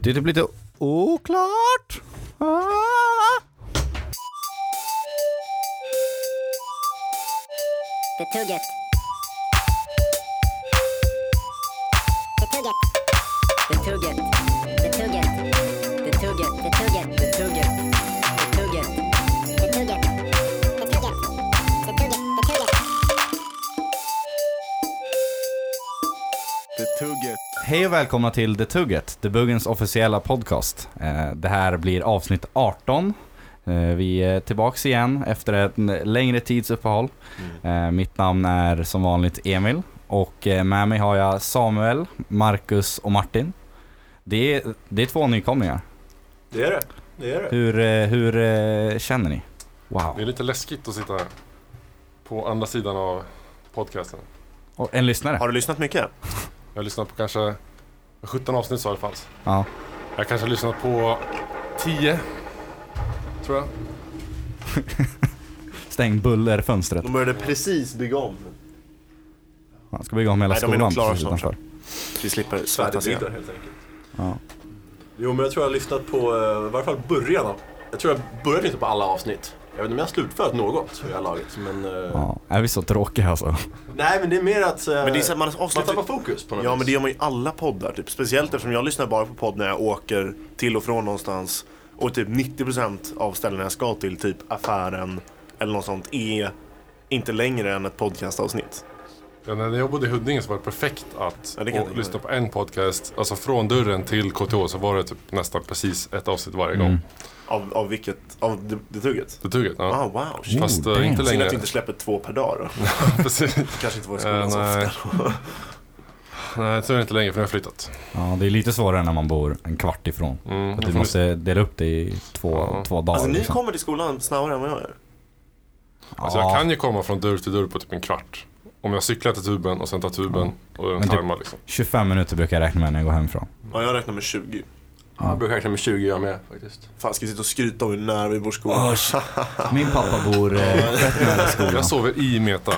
Det är typ lite oklart. Det tugget. Det tugget. Det tugget. Det tugget. Det tugget. Det tugget. Det tugget. Det tugget. Det tugget. Det tugget. Det tugget. Det tugget. Det tugget. Hej och välkomna till The Tugget, The Buggens officiella podcast. Det här blir avsnitt 18. Vi är tillbaks igen efter ett längre tidsuppehåll. Mitt namn är som vanligt Emil. Och med mig har jag Samuel, Marcus och Martin. Det är två nykomlingar. Det är det. Hur känner ni? Wow. Det är lite läskigt att sitta på andra sidan av podcasten. Och en lyssnare. Har du lyssnat mycket? Jag har lyssnat på kanske 17 avsnitt så i alla fall. Ja. Jag kanske har lyssnat på 10, tror jag. Stäng bullerfönstret. De började precis bygga om. Man ska bygga om hela skolan. De är nog klara utanför. snart. Vi slipper svettas igen. Helt enkelt. Ja. Jo, men jag tror jag har lyssnat på i varje fall början av. Jag tror jag började inte på alla avsnitt. Jag vet inte om jag har slutfört något i det här laget, men Ja, är vi så tråkiga alltså? nej, men det är mer att Men det är så att man man tappar fokus på något Ja, vis. men det gör man ju i alla poddar typ. Speciellt eftersom jag lyssnar bara på podd när jag åker till och från någonstans. Och typ 90% av ställena jag ska till, typ affären eller något sånt, är inte längre än ett podcastavsnitt. Ja, när jag bodde i Huddinge så var det perfekt att Ja, det kan jag tänka lyssna på en podcast. Alltså från dörren till KTH så var det typ nästan precis ett avsnitt varje gång. Av vilket? Av det tugget? Det tugget, ja. Ah, wow. Shit. Fast damn. inte Synd längre. att du inte släpper 2 per dag då. Precis. Kanske inte var i skolan så nej. ofta. Nej, så är det inte längre för jag har flyttat. Ja, det är lite svårare när man bor en kvart ifrån. Att du måste dela upp det i två dagar. Alltså ni liksom. kommer till skolan snabbare än vad jag gör. Alltså jag kan ju komma från dörr till dörr på typ en kvart. Om jag cyklar till tuben och sen tar tuben och en Men typ- tajmar liksom. 25 minuter brukar jag räkna med när jag går hemifrån. Ja, jag räknar med 20. Jag brukar räkna med 20 jag med faktiskt. Fan, ska vi sitta och skryta om hur nära vi bor skolan? Min pappa bor rätt nära skolan. Jag sover i Meta.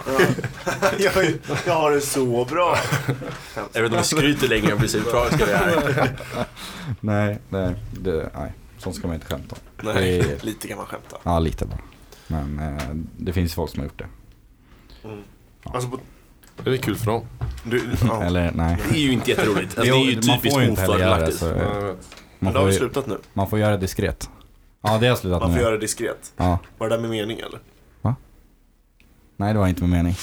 jag har det så bra. Jag vet inte om vi skryter längre än precis bra ska vi här. Nej, sånt ska man inte skämta om. Nej, Det är- lite kan man skämta. Ja, lite bara. Men det finns folk som har gjort det. Alltså, Det är kul för dem. ja. Eller nej. Det är ju inte jätteroligt. Alltså, Jo, det är ju man typiskt får ju inte heller göra det, ofördelaktigt. så, Ja, jag vet. Men det har vi slutat nu. man får göra det diskret. Ja, det har slutat Man får nu. göra det diskret. Ja. Var det där med mening eller? Nej, det var inte med mening.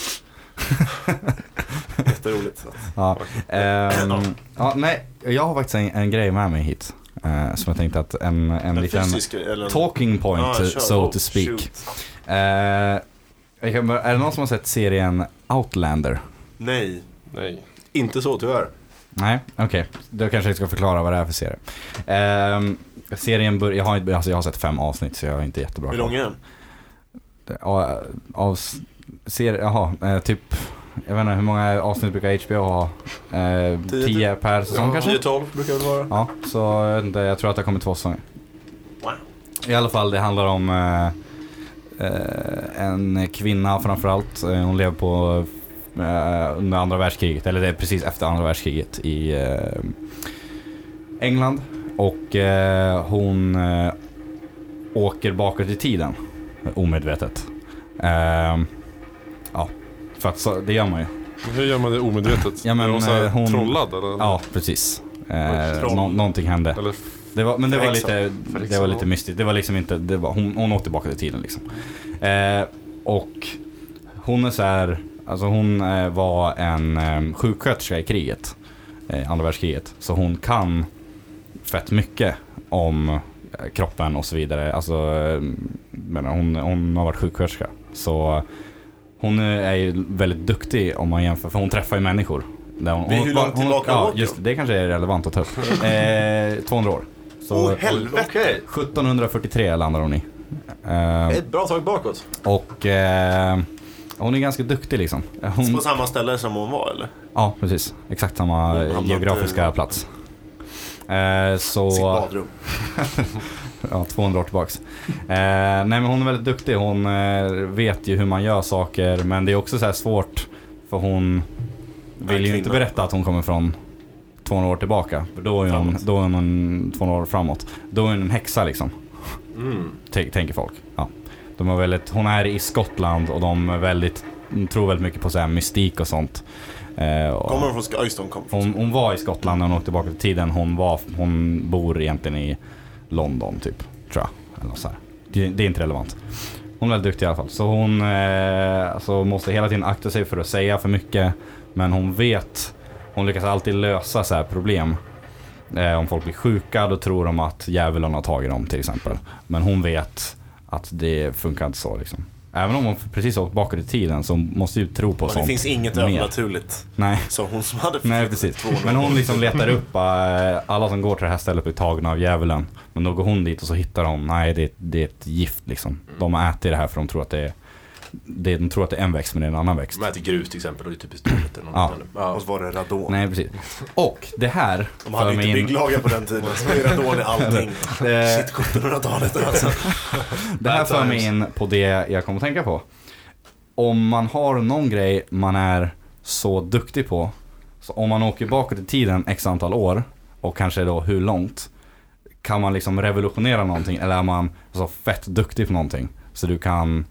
Jätteroligt. Ja. Nej, jag har faktiskt en grej med mig hit. Som jag tänkte att en liten fysisk eller en... talking point, kör. so to speak. Shoot. Är det någon som har sett serien Outlander? Nej. Nej. Inte så tyvärr. Nej, okej. Då kanske jag ska förklara vad det är för serie. Serien jag har sett 5 avsnitt så jag är inte jättebra. Hur lång är den? Typ, jag vet inte hur många avsnitt brukar HBO ha? 10 per säsong kanske? 10-12 brukar det vara. Ja, så jag vet inte, jag tror att det kommer 2 säsonger. Wow. I alla fall, det handlar om en kvinna framförallt. Hon lever på under andra världskriget, eller det är precis efter andra världskriget i England. Och hon åker bakåt i tiden omedvetet. Ja, för att så, det gör man ju. Hur gör man det omedvetet? Ja, men, är hon så här hon- trollad eller? Ja, precis. Troll. Någonting hände. Eller Det var Förhäxan. lite mystiskt. Det var liksom inte, det var, hon åkte tillbaka till tiden liksom. Och hon är så här, alltså hon var en sjuksköterska i kriget, andra världskriget. Så hon kan fett mycket om kroppen och så vidare. Alltså, men hon har varit sjuksköterska. Så hon är ju väldigt duktig om man jämför, för hon träffar ju människor. Hur långt tillbaka ja, åker just det kanske är relevant att ta upp. 200 år. Så Helvete! Okej. 1743 landar hon i. Ett bra tag bakåt. Och hon är ganska duktig liksom. På samma ställe som hon var eller? Ja, precis. Exakt samma Hon hamnade geografiska inte- plats. Sitt Så badrum. ja, 200 år tillbaks. Nej, men hon är väldigt duktig. Hon vet ju hur man gör saker. Men det är också så här svårt, för hon vill ju inte kvinnan. berätta att hon kommer från 200 år tillbaka. För då är hon 200 år framåt. Då är hon en häxa liksom. Tänker folk. Ja. De är hon är i Skottland och de är tror väldigt mycket på så här mystik och sånt. Kommer hon från Skottland? Hon var i Skottland när hon åkte tillbaka till tiden. Hon bor egentligen i London typ, tror jag. Eller så här. Det är inte relevant. Hon är väldigt duktig i alla fall. Så hon alltså måste hela tiden akta sig för att säga för mycket. Men hon lyckas alltid lösa så här problem. Om folk blir sjuka, då tror de att djävulen har tagit dem till exempel. Men hon vet att det funkar inte så liksom. Även om hon precis åkt bakåt i tiden så måste ju tro på sånt. Det finns inget övernaturligt. Nej. Så hon som hade Nej, precis. Men hon liksom letar upp alla som går till det här stället blir tagna av djävulen. Men då går hon dit och så hittar de, nej det är ett gift liksom. De äter det här för de tror att de tror att det är en växt men det är en annan växt. De äter grus till exempel och det är typiskt dåligt. Och så var det radon. Nej, precis. Och det här de hade inte bygglagar på den tiden. Så det är radon i allting. Shit, 1700-talet alltså. Det här för mig in på det jag kommer att tänka på. Om man har någon grej man är så duktig på, så om man åker bakåt i tiden x antal år och kanske då hur långt, kan man liksom revolutionera någonting eller är man så fett duktig på någonting så du kan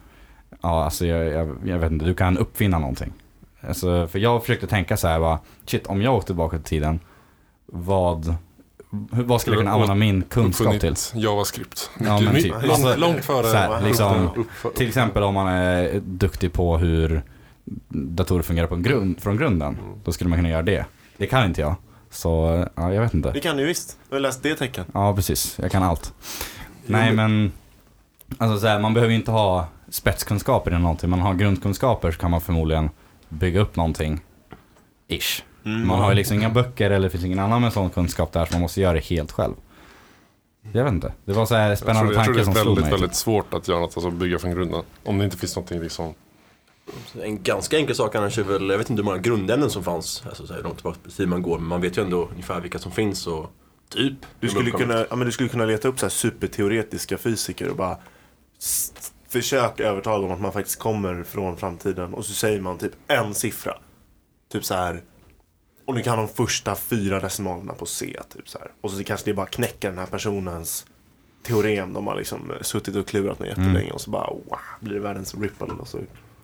jag vet inte, du kan uppfinna någonting. Alltså, för jag försökte tänka så här, shit, om jag åkte tillbaka till tiden, vad skulle jag kunna använda min kunskap till? JavaScript. Ja, men typ. Långt före. Så här, liksom, till exempel om man är duktig på hur datorer fungerar från grunden, då skulle man kunna göra det. Det kan inte jag. Så ja, jag vet inte. Det kan du visst. Jag har läst det tecken. Ja, precis. Jag kan allt. Nej, men alltså så här, man behöver ju inte ha spetskunskaper eller någonting. Man har grundkunskaper så kan man förmodligen bygga upp någonting. Ish. Man har ju liksom inga böcker eller det finns ingen annan med sån kunskap där så man måste göra det helt själv. Jag vet inte. Det var så här spännande tanke som slog mig. Jag tror det är väldigt svårt att göra något, alltså bygga från grunden. Om det inte finns någonting liksom. En ganska enkel sak annars är väl, jag vet inte hur många grundämnen som fanns, alltså så här långt tillbaka på man går, men man vet ju ändå ungefär vilka som finns och typ. Du skulle kunna leta upp så här superteoretiska fysiker och bara försöka övertala dem att man faktiskt kommer från framtiden och så säger man typ en siffra. Typ så här. Och nu kan de första 4 decimalerna på C typ så här. Och så kanske det bara knäcker den här personens teorem. De har liksom suttit och klurat med jättelänge och så bara blir det världens ripple och så.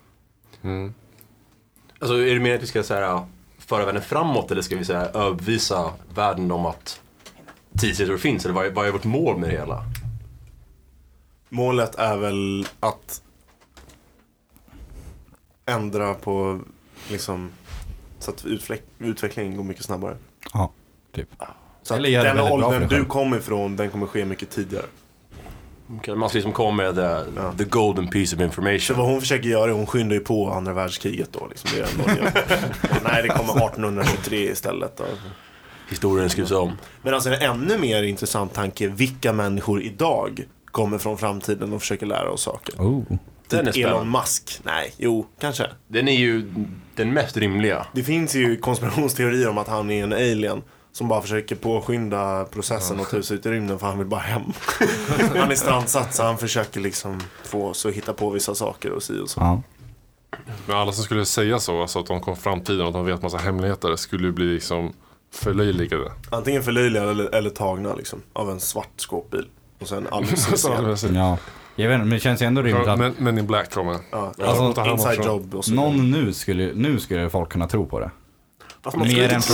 Alltså är det mer att vi ska säga föra världen framåt eller ska vi säga övervisa världen om att tidsresor finns, eller vad är vårt mål med det hela? Målet är väl att ändra på liksom så att utvecklingen går mycket snabbare. Ja, typ. Så att den åldern du kommer ifrån, den kommer ske mycket tidigare. Man ska liksom komma med the golden piece of information. Så vad hon försöker göra, hon skyndar ju på andra världskriget då liksom. Det är ändå nej, det kommer 1823 istället då. Historien skrivs om. Men alltså en ännu mer intressant tanke, vilka människor idag kommer från framtiden och försöker lära oss saker. Den är spännande. Elon Musk, nej, jo, kanske. Den är ju den mest rimliga. Det finns ju konspirationsteorier om att han är en alien som bara försöker påskynda processen och ta sig ut i rymden för han vill bara hem. Han är strandsatt så han försöker liksom få så hitta på vissa saker och så. Ja. Men alla som skulle säga så, alltså att de kom framtiden och att de vet massa hemligheter, skulle ju bli liksom förlöjligade. Antingen förlöjligade eller tagna liksom av en svart skåpbil och sen alldeles ja. Jag vet inte, men det känns ju ändå rimligt att Men in Black kommer. Ja, alltså, inside job och så. Någon nu skulle folk kunna tro på det. Mer än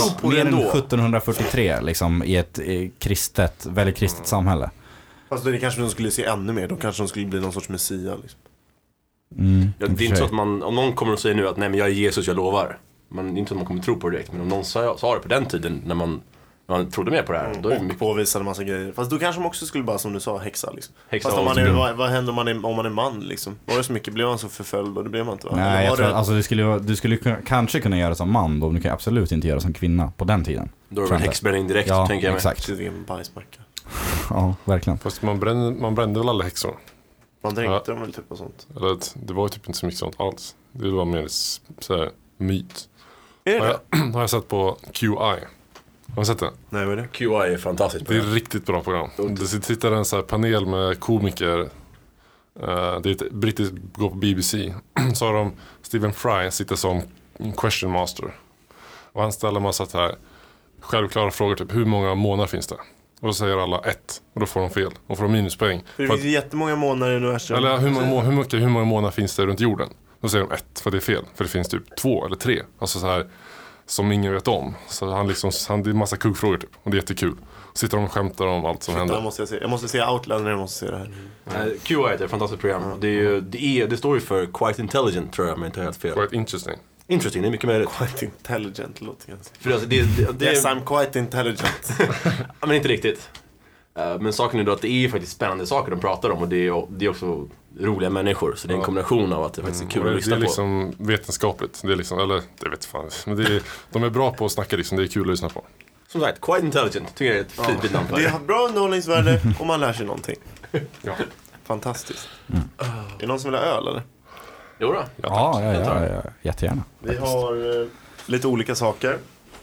1743 liksom, i ett väldigt kristet samhälle. Fast det kanske de skulle se ännu mer. Då kanske de skulle bli någon sorts messia liksom. Det är inte så att om någon kommer och säger nu att nej men jag är Jesus, jag lovar. Det är inte så att man kommer tro på det direkt. Men om någon sa det på den tiden när man trodde mer på det här, då är det mycket... påvisade en massa grejer. Fast då kanske de också skulle bara, som du sa, häxa liksom. Fast vad händer om man är man liksom? Var det så mycket, blev man så förföljd och det blev man inte, va? Nej, jag tror alltså du skulle kanske kunna göra som man då, men du kan absolut inte göra som kvinna på den tiden. Då är det häxbränning direkt, ja, tänker jag. Exakt. Det är en bajsmacka. Ja, verkligen. Fast man brände väl alla häxor? Man dränkte dem väl typ och sånt. Eller det var typ inte så mycket sånt alls. Det var mer så här myt. Är det? Har jag sett på QI. Har du sett det? Nej, vad är det? QI är fantastiskt bra. Det är ett riktigt bra program. Det sitter en så här panel med komiker. Det är ett brittiskt, går på BBC. Så har de Stephen Fry sitter som question master. Och han ställer massa så här självklara frågor, typ hur många månader finns det? Och då säger alla 1, och då får de fel. Och får de minuspoäng. För det finns ju jättemånga månader i universum. Eller hur många månader finns det runt jorden? Då säger de 1, för det är fel. För det finns typ 2 eller 3. Alltså så här, som ingen vet om. Så det är en massa kuggfrågor typ. Och det är jättekul. Sitter de och skämtar om allt som händer. Jag måste se Outlander, jag måste se det här. QI är ett fantastiskt program. Det står ju för Quite Intelligent, tror jag, men inte helt fel. Quite interesting. Interesting, det är mycket möjligt. Quite intelligent låter ganska. För alltså, Yes, I'm quite intelligent. Ja, men inte riktigt. Men saken är då att det är faktiskt spännande saker de pratar om. Och det är också roliga människor. Så det är en kombination av att det faktiskt är kul att lyssna på. Det är liksom vetenskapligt. Det är liksom, eller det vet fan. Men de är bra på att snacka liksom, det är kul att lyssna på. Som sagt, Quite Intelligent. Tycker jag är ett fint namn för det. Det har bra underhållningsvärde och man lär sig någonting. Ja. Fantastiskt. Är det någon som vill ha öl eller? Jo då. Ja, jättegärna. Vi har lite olika saker.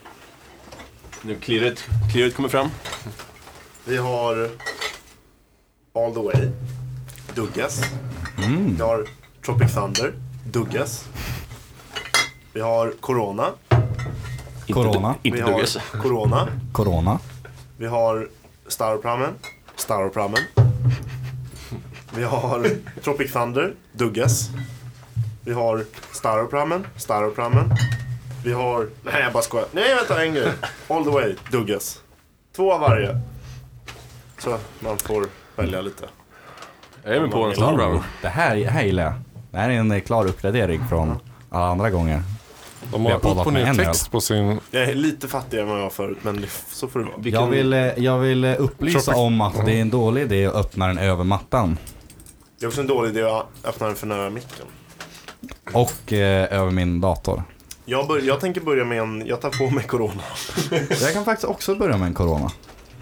Nu klirret kommer fram. Vi har All the Way, Duggas. Vi har Tropic Thunder, Duggas. Vi har Corona. Corona. Inte Vi har Duggas. Corona. Vi har Staropramen. Vi har Tropic Thunder, Duggas. Vi har Staropramen. Vi har... Nej, jag bara skojar. Nej, vänta, en grej. All the Way, Duggas. 2 av varje. Så man får välja lite. Jag är med på en Staropramen. Det här gillar jag. Det här är en klar uppgradering från alla andra gånger. De har upp och ner text på sin... Jag är lite fattigare än vad jag var förut, men så får det vara. Jag vill upplysa om att det är en dålig idé att öppna den över mattan. Det är också en dålig idé att öppna den för nära micken. Och över min dator. Jag tänker börja med jag tar på mig Corona. Jag kan faktiskt också börja med en Corona.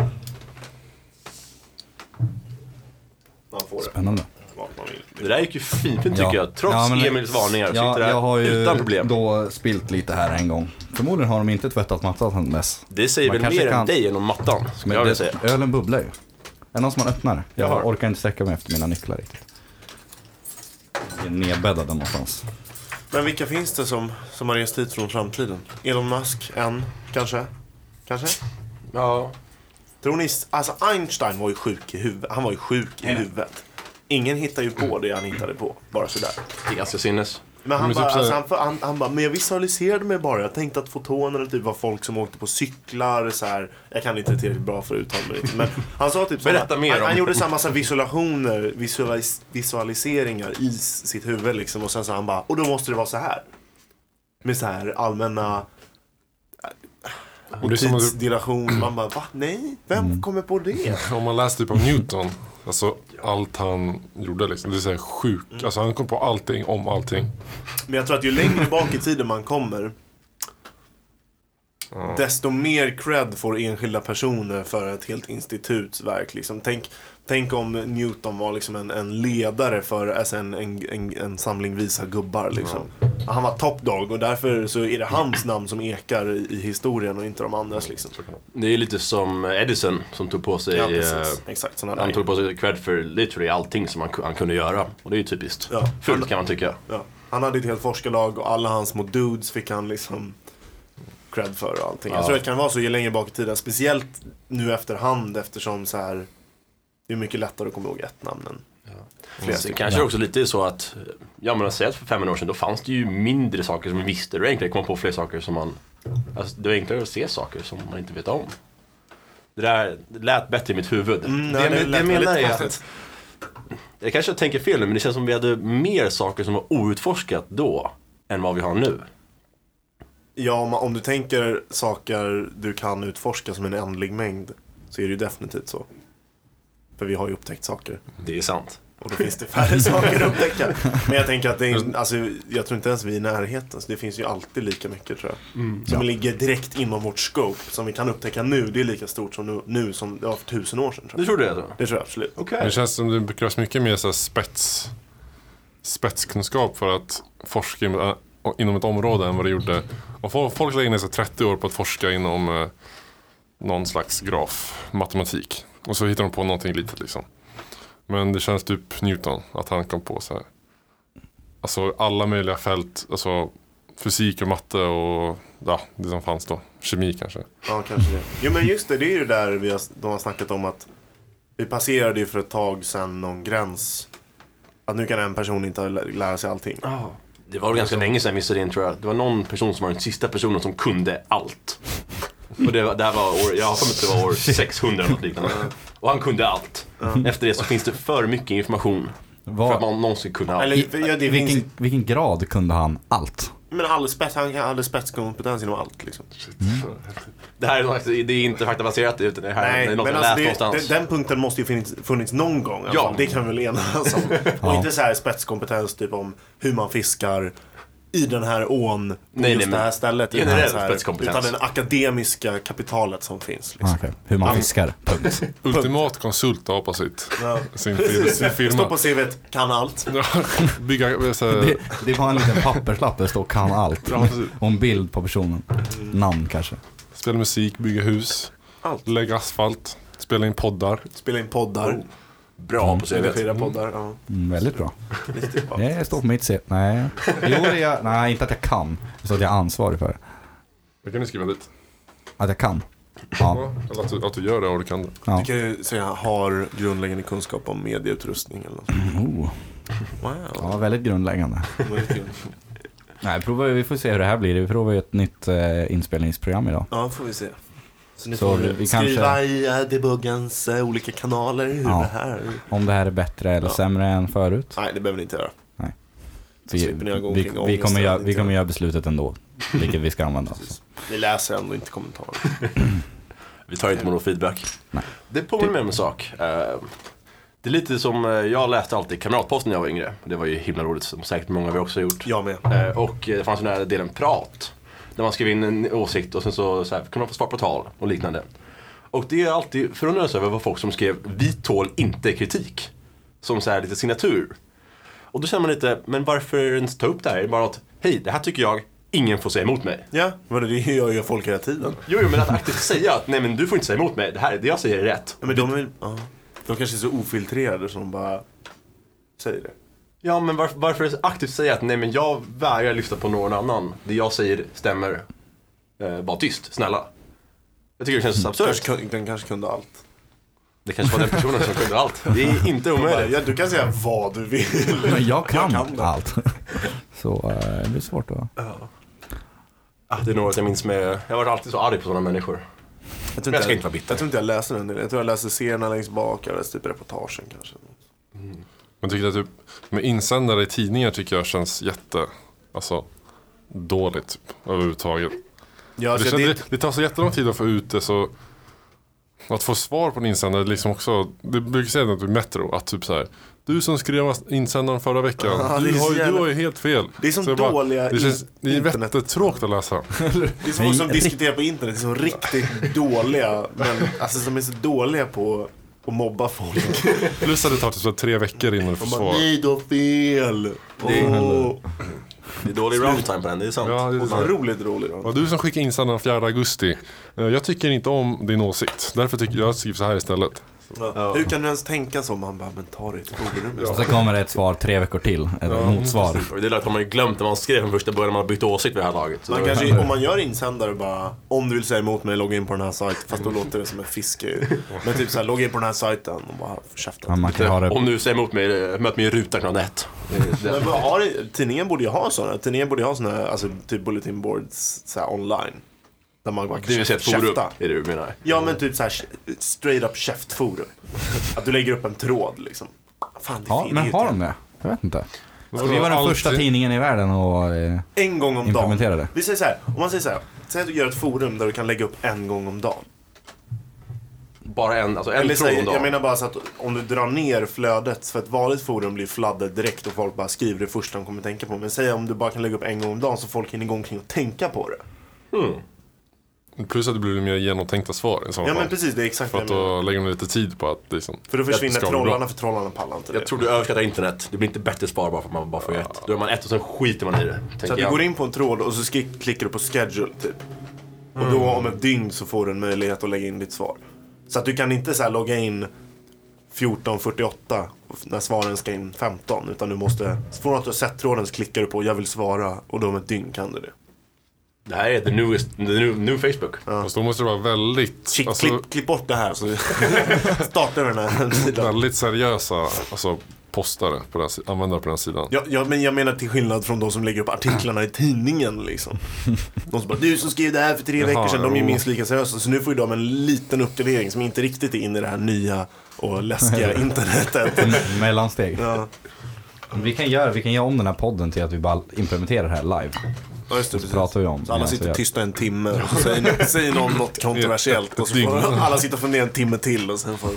Man får Spännande. Det där gick ju fint tycker jag. Trots Emils varningar så sitter jag har ju utan problem. Då spilt lite här en gång. Förmodligen har de inte tvättat mattan sedan dess. Det säger väl mer än dig än om mattan. Men jag vill säga. Ölen bubblar ju. Är det någon som man öppnar? Jag orkar inte sträcka mig efter mina nycklar riktigt. Det är nedbäddade någonstans. Men vilka finns det som har rest hit från framtiden? Elon Musk, kanske? Ja. Tror ni, alltså Einstein var ju sjuk i huvudet. Han var ju sjuk i huvudet. Ingen hittar ju på det han hittade på. Bara sådär. Det är ganska sinnes. Men han bara, men jag visualiserade mig bara. Jag tänkte att fotonerna typ var folk som åkte på cyklar så här. Jag kan inte tillräckligt bra för att uttala mig. Men han sa typ han gjorde samma visualiseringar i sitt huvud liksom. Och sen sa han bara, och då måste det vara så här. Med så här allmänna och tidsdilation. Man bara, va? Nej? Vem kommer på det? Om man läser typ om Newton, alltså allt han gjorde liksom, det är så här sjukt. Alltså han kom på allting om allting. Men jag tror att ju längre bak i tiden man kommer, desto mer cred får enskilda personer för ett helt institutsverk liksom. Tänk om Newton var liksom en ledare för alltså en samling visa gubbar liksom. Han var top dog och därför så är det hans namn som ekar i historien och inte de andras liksom. Det är lite som Edison som tog på sig exakt, han tog på sig cred för literally allting som han kunde göra. Och det är ju typiskt fullt kan man tycka. Ja. Han hade ett helt forskarlag och alla hans små dudes fick han liksom cred för och allting. Jag tror att det kan vara så ju längre bak i tiden, speciellt nu efterhand eftersom så här det är mycket lättare att komma ihåg ett namn än flera stycken. Kanske också lite så att säg att för 5 år sedan då fanns det ju mindre saker som vi visste. Det var enklare att komma på fler saker som man det var enklare att se saker som man inte vet om. Det där lät bättre i mitt huvud. Det menar jag att jag kanske tänker fel nu, men det känns som vi hade mer saker som var outforskat då än vad vi har nu. Ja, om du tänker saker du kan utforska som en ändlig mängd så är det ju definitivt så. För vi har ju upptäckt saker. Det är sant. Och då finns det färre saker att upptäcka. Men jag tänker att jag tror inte ens vi är i närheten. Så det finns ju alltid lika mycket tror jag. Som ligger direkt inom vårt scope. Som vi kan upptäcka nu. Det är lika stort som nu som det var för 1000 år sedan tror jag. Du tror det? Det tror jag absolut. Okay. Det känns som det krävs mycket mer så här spetskunskap för att forska inom ett område än vad det gjorde. Och folk lägger ner sig 30 år på att forska inom någon slags matematik. Och så hittar de på någonting litet liksom. Men det känns typ Newton, att han kom på så här. Alltså alla möjliga fält, alltså fysik och matte och det som fanns då. Kemi kanske. Ja, kanske det. Jo, men just det är ju där de har snackat om att vi passerade ju för ett tag sedan någon gräns. Att nu kan en person inte lära sig allting. Det var ganska länge sedan, visste det, tror jag. Det var någon person som var den sista personen som kunde allt. Och det här var jag har kommit att det var år 600 eller något liknande. Och han kunde allt. Efter det så finns det för mycket information för att man någonsin kunde allt. Vilken grad kunde han allt? Men han kan all spetskompetens inom allt liksom. Det här det är inte faktabaserat, utan det här är något jag läst någonstans. Den punkten måste ju funnits någon gång. Ja. Det kan vi väl enas om. Och inte så här spetskompetens typ om hur man fiskar i den här ån på det här stället. Utan den akademiska kapitalet som finns. Liksom. Okay. Hur man fiskar. Ultimat konsult på sin firma. Står på CV:t, kan allt. Bygga, det var en liten papperslapp där det står kan allt. Och en bild på personen. Namn kanske. Spela musik, bygga hus. Allt. Lägga asfalt. Spela in poddar. Bra på CV:t. Poddar, Väldigt bra. Det står på mitt CV. Nej. Nej, inte att jag kan. Så att jag är ansvarig för det. Det kan ni skriva dit. Att jag kan. Ja. Eller att du gör det och du kan det. Ja. Du kan ju säga har grundläggande kunskap om medieutrustning eller något. Wow. Ja, väldigt grundläggande. Nej, vi får se hur det här blir. Vi provar ju ett nytt inspelningsprogram idag. Ja, får vi se. Så ni så får vi skriva kanske i debuggens olika kanaler hur det här. Om det här är bättre eller sämre än förut. Nej, det behöver ni inte göra. Nej. Vi kommer göra beslutet ändå. Vilket vi ska använda. Ni läser ändå inte kommentarer. Vi tar inte emot feedback. Nej. Det påminner mig om en sak. Det är lite som jag läste alltid Kamratposten när jag var yngre. Det var ju himla roligt, som säkert många av er också har gjort. Jag med. Och det fanns den här delen prat. Där man skrev in en åsikt och sen så här, kunde man få svar på tal och liknande. Och det är alltid förundrats över vad folk som skrev vi tål inte kritik. Som så här lite signatur. Och då känner man lite, men varför inte ta upp det här? Bara att, hej, det här tycker jag, ingen får säga emot mig. Ja, men det gör ju folk hela tiden. Jo, men att aktivt säga att nej, men du får inte säga emot mig. Det jag säger är rätt. Ja, men de kanske är så ofiltrerade som de bara säger det. Ja, men varför aktivt säga att nej, men jag vägrar lyssna på någon annan. Det jag säger stämmer. Bara tyst, snälla. Jag tycker det känns absurt. Den kanske kunde allt. Det kanske var den personen som kunde allt. Det är inte omöjligt. Ja, du kan säga vad du vill. Men jag kan allt. Så det blir svårt då. Det är något jag minns med. Jag har varit alltid så arg på sådana människor. Jag ska inte vara bitter. Jag tror inte jag läser den. Jag tror jag läser serierna längst bak. Jag läser typ reportagen kanske. Men tycker jag typ med insändare i tidningar tycker jag känns dåligt typ, överhuvudtaget. Ja, det tar så jättelång tid att få ut det, så att få svar på en insändare liksom också, det brukar säga något i Metro att typ så här, du som skrev insändaren förra veckan, du har ju helt fel. Det är som dåliga det är jättetråkigt att läsa. Det är som folk som diskuterar på internet, det är så riktigt dåliga, men alltså som är så dåliga på att mobba folk. Plus att det tar typ 3 veckor innan du får svar. Nej, du har fel. Det är dålig runtime på den, det är sant. Ja, det är roligt. Och du som skickade insändaren 4 augusti. Jag tycker inte om din åsikt. Därför tycker jag skriver så här istället. Ja. Hur kan du ens tänka så? Man bara, men ta det till forum. Och så kommer det ett svar 3 veckor till. Ett motsvar. Och det är har man ju glömt när man skrev från första början när man bytt åsikt vid det här laget. Man kanske, om man gör insändare bara, om du vill säga emot mig, logga in på den här sajten. Fast då låter det som en fiske. Men typ såhär, logga in på den här sajten och bara käfta. Om du säger emot mig, möt mig i rutan klockan 1. Tidningen borde ju ha sådana. Tidningen borde ju ha såna, alltså typ bulletin boards såhär online. Där man bara det vill säga ett forum, är det du menar? Ja, men typ såhär straight up käftforum. Att du lägger upp en tråd liksom. Fan, det är men har de det? Jag vet inte. Vi var den första tidningen i världen och en gång om dagen. Vi säger så här, om man säger så här, säg att du gör ett forum där du kan lägga upp en gång om dagen. Bara en tråd om dagen. Jag menar bara så att om du drar ner flödet, för ett vanligt forum blir fladdat direkt och folk bara skriver det första de kommer tänka på. Men säg om du bara kan lägga upp en gång om dagen så folk hinner gå omkring och tänka på det. Plus att det blir mer genomtänkta svar i sådana fall. Men precis, det är exakt för att då lägger man lite tid på att liksom, för då försvinner trollarna, för trollarna pallar inte det. Jag tror du överskattar internet. Det blir inte bättre svar bara för att man bara får ett. Då är man ett och sen skiter man i det. Så att du går in på en tråd och så klickar du på schedule typ. Och då om ett dygn så får du en möjlighet att lägga in ditt svar. Så att du kan inte så här logga in 14:48 när svaren ska in 15. Utan du måste, från att du har sett tråden så klickar du på jag vill svara och då om ett dygn kan du det. Det här är the new Facebook. Fast då måste det vara väldigt Shit, klipp bort det här så startar den här sidan. väldigt seriösa postare på den, användare på den sidan. Ja, men jag menar till skillnad från de som lägger upp artiklarna i tidningen liksom. De som bara, du som skrev det här för 3 veckor sedan, de är ju minst lika seriösa. Så nu får ju de en liten uppgradering som inte riktigt är inne i det här nya och läskiga internetet. Mellansteg. Ja, Vi kan göra om den här podden till att vi bara implementerar det här live. ja, just det, Så precis. pratar vi om. Så alla sitter tysta en timme och så säger någon något kontroversiellt och så får alla sitta och fundera en timme till och sen får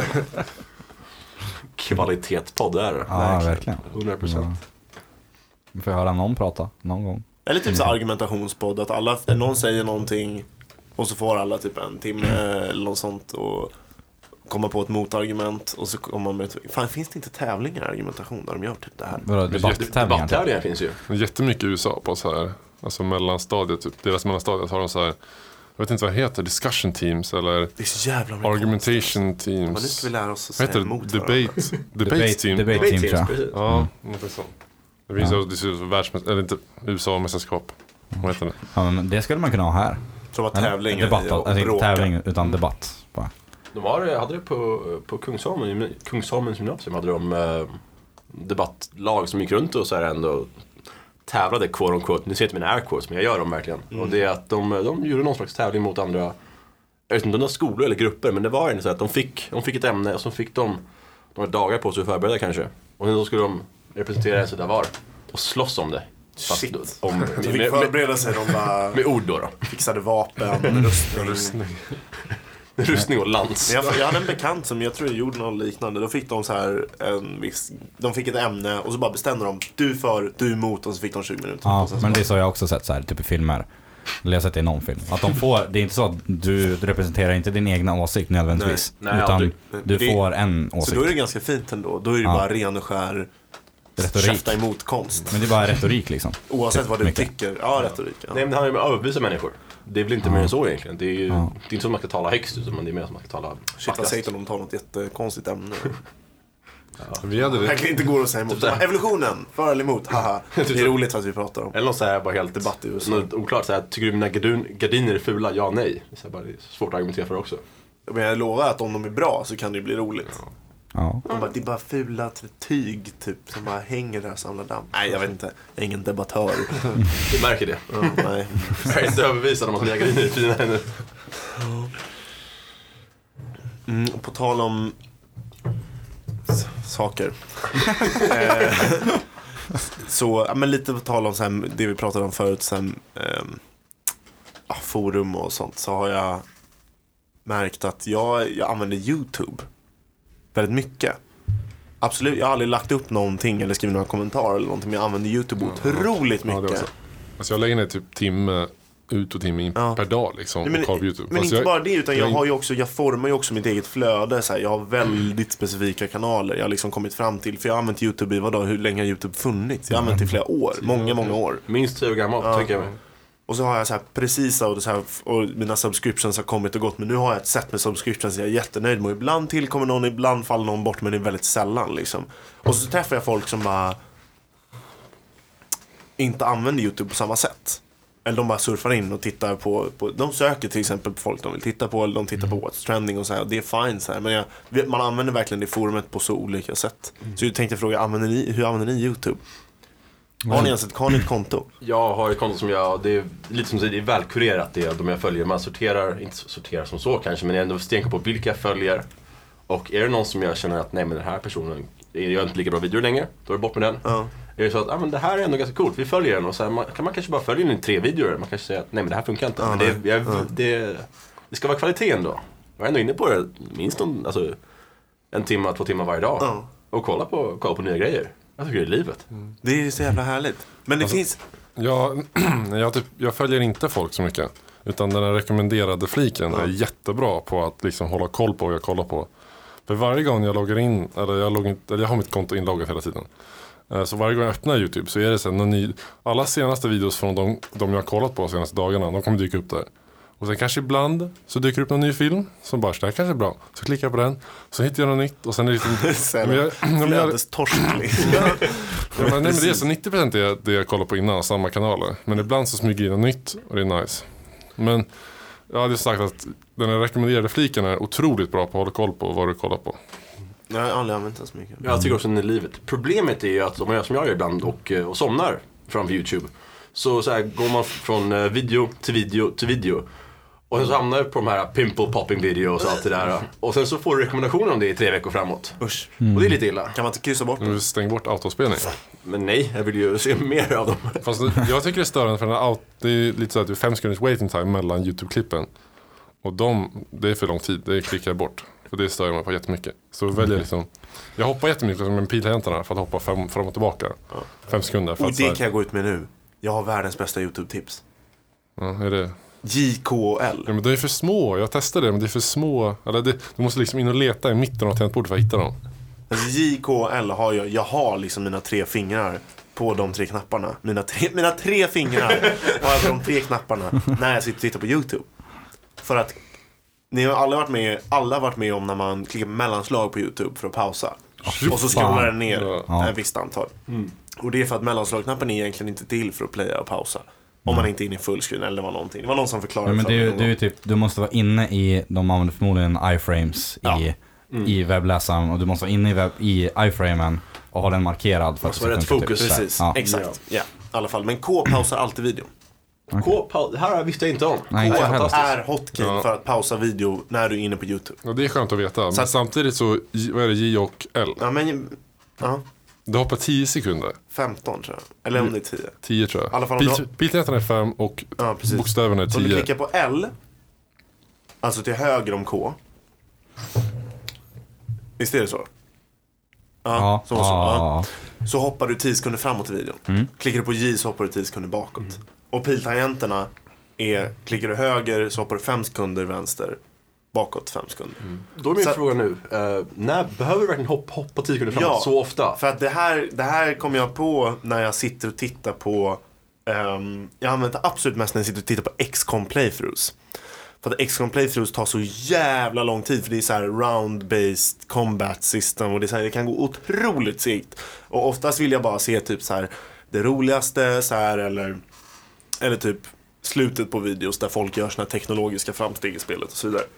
Kvalitetspodd är det. Ja, verkligen. 100%. Ja. Vi får höra någon prata någon gång. Eller typ så argumentationspodd, att någon säger någonting och så får alla typ en timme eller något sånt och komma på ett motargument och så kommer man med fan, finns det inte tävlingar i argumentation där de gör typ det här? Vadå, debatttävlingar? Debatttävlingar finns ju. Jättemycket i USA på så här, alltså mellanstadiet, typ, deras mellanstadiet har de så här, jag vet inte vad det heter, discussion teams eller Det är så jävla amerikanskt. argumentation Men nu teams. ska vi lära oss att Vad heter säga det? emot varandra. Debate team. Debate team, tror jag. precis. Ja, ungefär så. Det finns ju eller inte USA-mästerskap. Vad heter det? Ja, men det skulle man kunna ha här. Så var Eller? tävling Debatt, och alltså inte bråka. tävling utan debatt bara. De hade det på Kungsholmens gymnasium hade de debattlag som gick runt och så här ändå tävlade quote on quote. Nu ser jag inte mina air quotes, men jag gör dem verkligen. Och det är att de gjorde någon slags tävling mot andra, jag vet inte om det var skolor eller grupper, men det var ändå så att de fick ett ämne och så fick de några dagar på sig att förbereda kanske. Och då skulle de representera en sådär var och slåss om det. Fast Shit. om, De fick förbereda sig, de bara med ord då. fixade vapen, Rustning och lans. Men jag hade en bekant som jag tror gjorde något liknande. Då fick de så här de fick ett ämne och så bara bestämde de du för, du emot och så fick de 20 minuter. Ja, men det är så jag också sett så här, typ i filmer. Eller jag har sett det i någon film. Att de får, det är inte så att du representerar inte din egna åsikt nödvändigtvis. Nej, utan aldrig. du Det- får en åsikt. Så då är det ganska fint ändå. Då är det bara ren och skär Retorik. käfta emot konst. Men det är bara retorik liksom. Oavsett vad du Mycket. tycker. Ja, retorik. Ja. Nej, men det handlar ju om att överbevisa människor. Det är väl inte mer än så egentligen. Det är ju det är inte så att man ska tala högst, utan det är mer som att man ska tala Shit, vad vackrast. säger de tar något jättekonstigt ämne. Vi hade det. Verkligen inte går att säga emot. Typ så här. Evolutionen, för eller emot, haha. Det är roligt att vi pratar om. Eller något så här bara helt Debatt i USA. något oklart så här, tycker du mina gardiner är fula? Ja, nej. Det är svårt att argumentera för också. Men jag lovar att om de är bra så kan det ju bli roligt. Ja. De bara, det är bara fula tyg typ som bara hänger där och samlar damm. Nej, jag vet inte. Jag är ingen debattör. Du märker det. Ja, nej. Jag är inte överbevisad om att mina gardiner är fina ännu. På tal om saker. Så, ja, men lite på tal om så här, det vi pratade om förut, så här, forum och sånt, så har jag märkt att jag använder YouTube väldigt mycket. Absolut, jag har aldrig lagt upp någonting eller skrivit några kommentarer eller någonting, men jag använder YouTube otroligt Ja, det mycket. också. Alltså jag lägger ner typ timme ut och timme in Ja. per dag liksom. Nej, men, och kollar på YouTube. men Fast inte bara det, utan jag- jag har ju också, jag formar ju också mitt eget flöde så här. Jag har väldigt specifika kanaler. Jag har liksom kommit fram till, för jag har använt YouTube i hur länge har YouTube funnits? Jag har använt det i flera år, många år. Minst 10 år gammalt, tänker jag mig. Och så har jag så här precisa och, så här, och mina subscriptions har kommit och gått. Men nu har jag ett sätt med subscriptions jag är jättenöjd med. Ibland tillkommer någon, ibland faller någon bort, men det är väldigt sällan liksom. Och så träffar jag folk som bara inte använder YouTube på samma sätt. Eller de bara surfar in och tittar på de söker till exempel på folk de vill titta på, eller de tittar på what's trending och så här, och det är fine så här. Men man använder verkligen det forumet på så olika sätt. Så jag tänkte fråga, hur använder ni YouTube? Har ni ett konto? Jag har ett konto som det är lite som det är välkurerat, det är de jag följer. Man sorterar, inte sorterar som så kanske, men jag ändå stenka på vilka jag följer. Och är det någon som jag känner att nej, men den här personen gör inte lika bra videor längre, då är det bort med den. Ja. Är det så att men det här är ändå ganska coolt, vi följer den och så här, man kanske bara följa den i 3 videor. Man kanske säger att nej, men det här funkar inte. Ja, men det ska vara kvalitet ändå. Jag är ändå inne på det minst 1 timme, 2 timmar varje dag. Ja. Och kolla på nya grejer. Jag tycker det är livet. Det är ju så jävla härligt. Men det finns... Jag följer inte folk så mycket. Utan den här rekommenderade fliken är jättebra på att liksom hålla koll på vad jag kollar på. För varje gång jag loggar in, eller jag har mitt konto inloggat hela tiden. Så varje gång jag öppnar YouTube så är det så här, alla senaste videos från de jag har kollat på de senaste dagarna, de kommer dyka upp där. Och sen kanske ibland så dyker upp någon ny film som bara, det här kanske är bra. Så klickar jag på den, så hittar jag något nytt och sen är det liksom... Flödestorskling. men det är så 90% är det jag kollar på innan, samma kanaler. Men ibland så smyger in något nytt och det är nice. Men jag hade sagt att den här rekommenderade fliken är otroligt bra på att hålla koll på vad du kollar på. Jag har aldrig använt den så mycket. Jag tycker också den är livet. Problemet är ju att om man gör som jag gör ibland och somnar framför YouTube, så här går man från video till video till video. Och sen så hamnar jag på de här pimple popping videos och allt det där. Och sen så får du rekommendationer om det i 3 veckor framåt. Usch. Och det är lite illa. Kan man inte kryssa bort Nu den? stäng bort autospelning. Men nej, jag vill ju se mer av dem. Fast jag tycker det är störande för den här det är lite så att det är 5 sekunders waiting time mellan YouTube-klippen. Och det är för lång tid, det klickar jag bort. För det stör mig på jättemycket. Så väljer jag liksom, jag hoppar jättemycket som en piltangentena för att hoppa fram och tillbaka. 5 sekunder. För Och att, det kan jag gå ut med nu. Jag har världens bästa YouTube-tips. ja, är det... JKL. Ja, men det är för små, jag testade det men det är för små. Eller du måste liksom in och leta i mitten av tangentbordet för att hitta dem. Alltså JKL har jag har liksom mina 3 fingrar på de 3 knapparna. Mina 3 fingrar har jag på de 3 knapparna när jag sitter och tittar på YouTube. För att ni har alla varit med om när man klickar mellanslag på YouTube för att pausa. Och så scrollar den ner Ja. ett visst antal. Och det är för att mellanslagknappen är egentligen inte till för att playa och pausa. Om man inte är inne i fullscreen eller var någonting. Det var någon som förklarade Men för det mig är någon gång. ju typ, du måste vara inne i, de använder förmodligen iframes i webbläsaren. Och du måste vara inne i iframen och ha den markerad för att Så är det ett fokus. Typ, Precis, ja. exakt. Ja, i alla fall. Men K pausar alltid videon. Det här visste jag inte om. Nej, inte jag heller. Är hotkey för att pausa video när du är inne på YouTube. Och det är skönt att veta. Så Men att- samtidigt så, vad är det, J och L? Ja, men... Ja, Det hoppar 10 sekunder. 15 tror jag. Eller om det är 10. 10 tror jag. I alla fall om du- Piltangentena är 5 och Ja, precis. bokstäverna är Så om du 10. klickar på L, alltså till höger om K. Visst är det så? Ja, så. ja. Så hoppar du 10 sekunder framåt i videon. Klickar du på J så hoppar du 10 sekunder bakåt. Och piltangenterna är, klickar du höger så hoppar du 5 sekunder vänster, bakåt 5 sekunder. Då är min Så- fråga nu, när behöver du verkligen hoppa 10 sekunder framåt så ofta? För att det här kommer jag på när jag sitter och tittar på jag använder det absolut mest när jag sitter och tittar på XCOM playthroughs. För att XCOM playthroughs tar så jävla lång tid. För det är så här round-based combat system. Och det, är så här, det kan gå otroligt segt. Och oftast vill jag bara se typ så här det roligaste så här, eller typ slutet på videos där folk gör sina teknologiska framsteg i spelet och så vidare.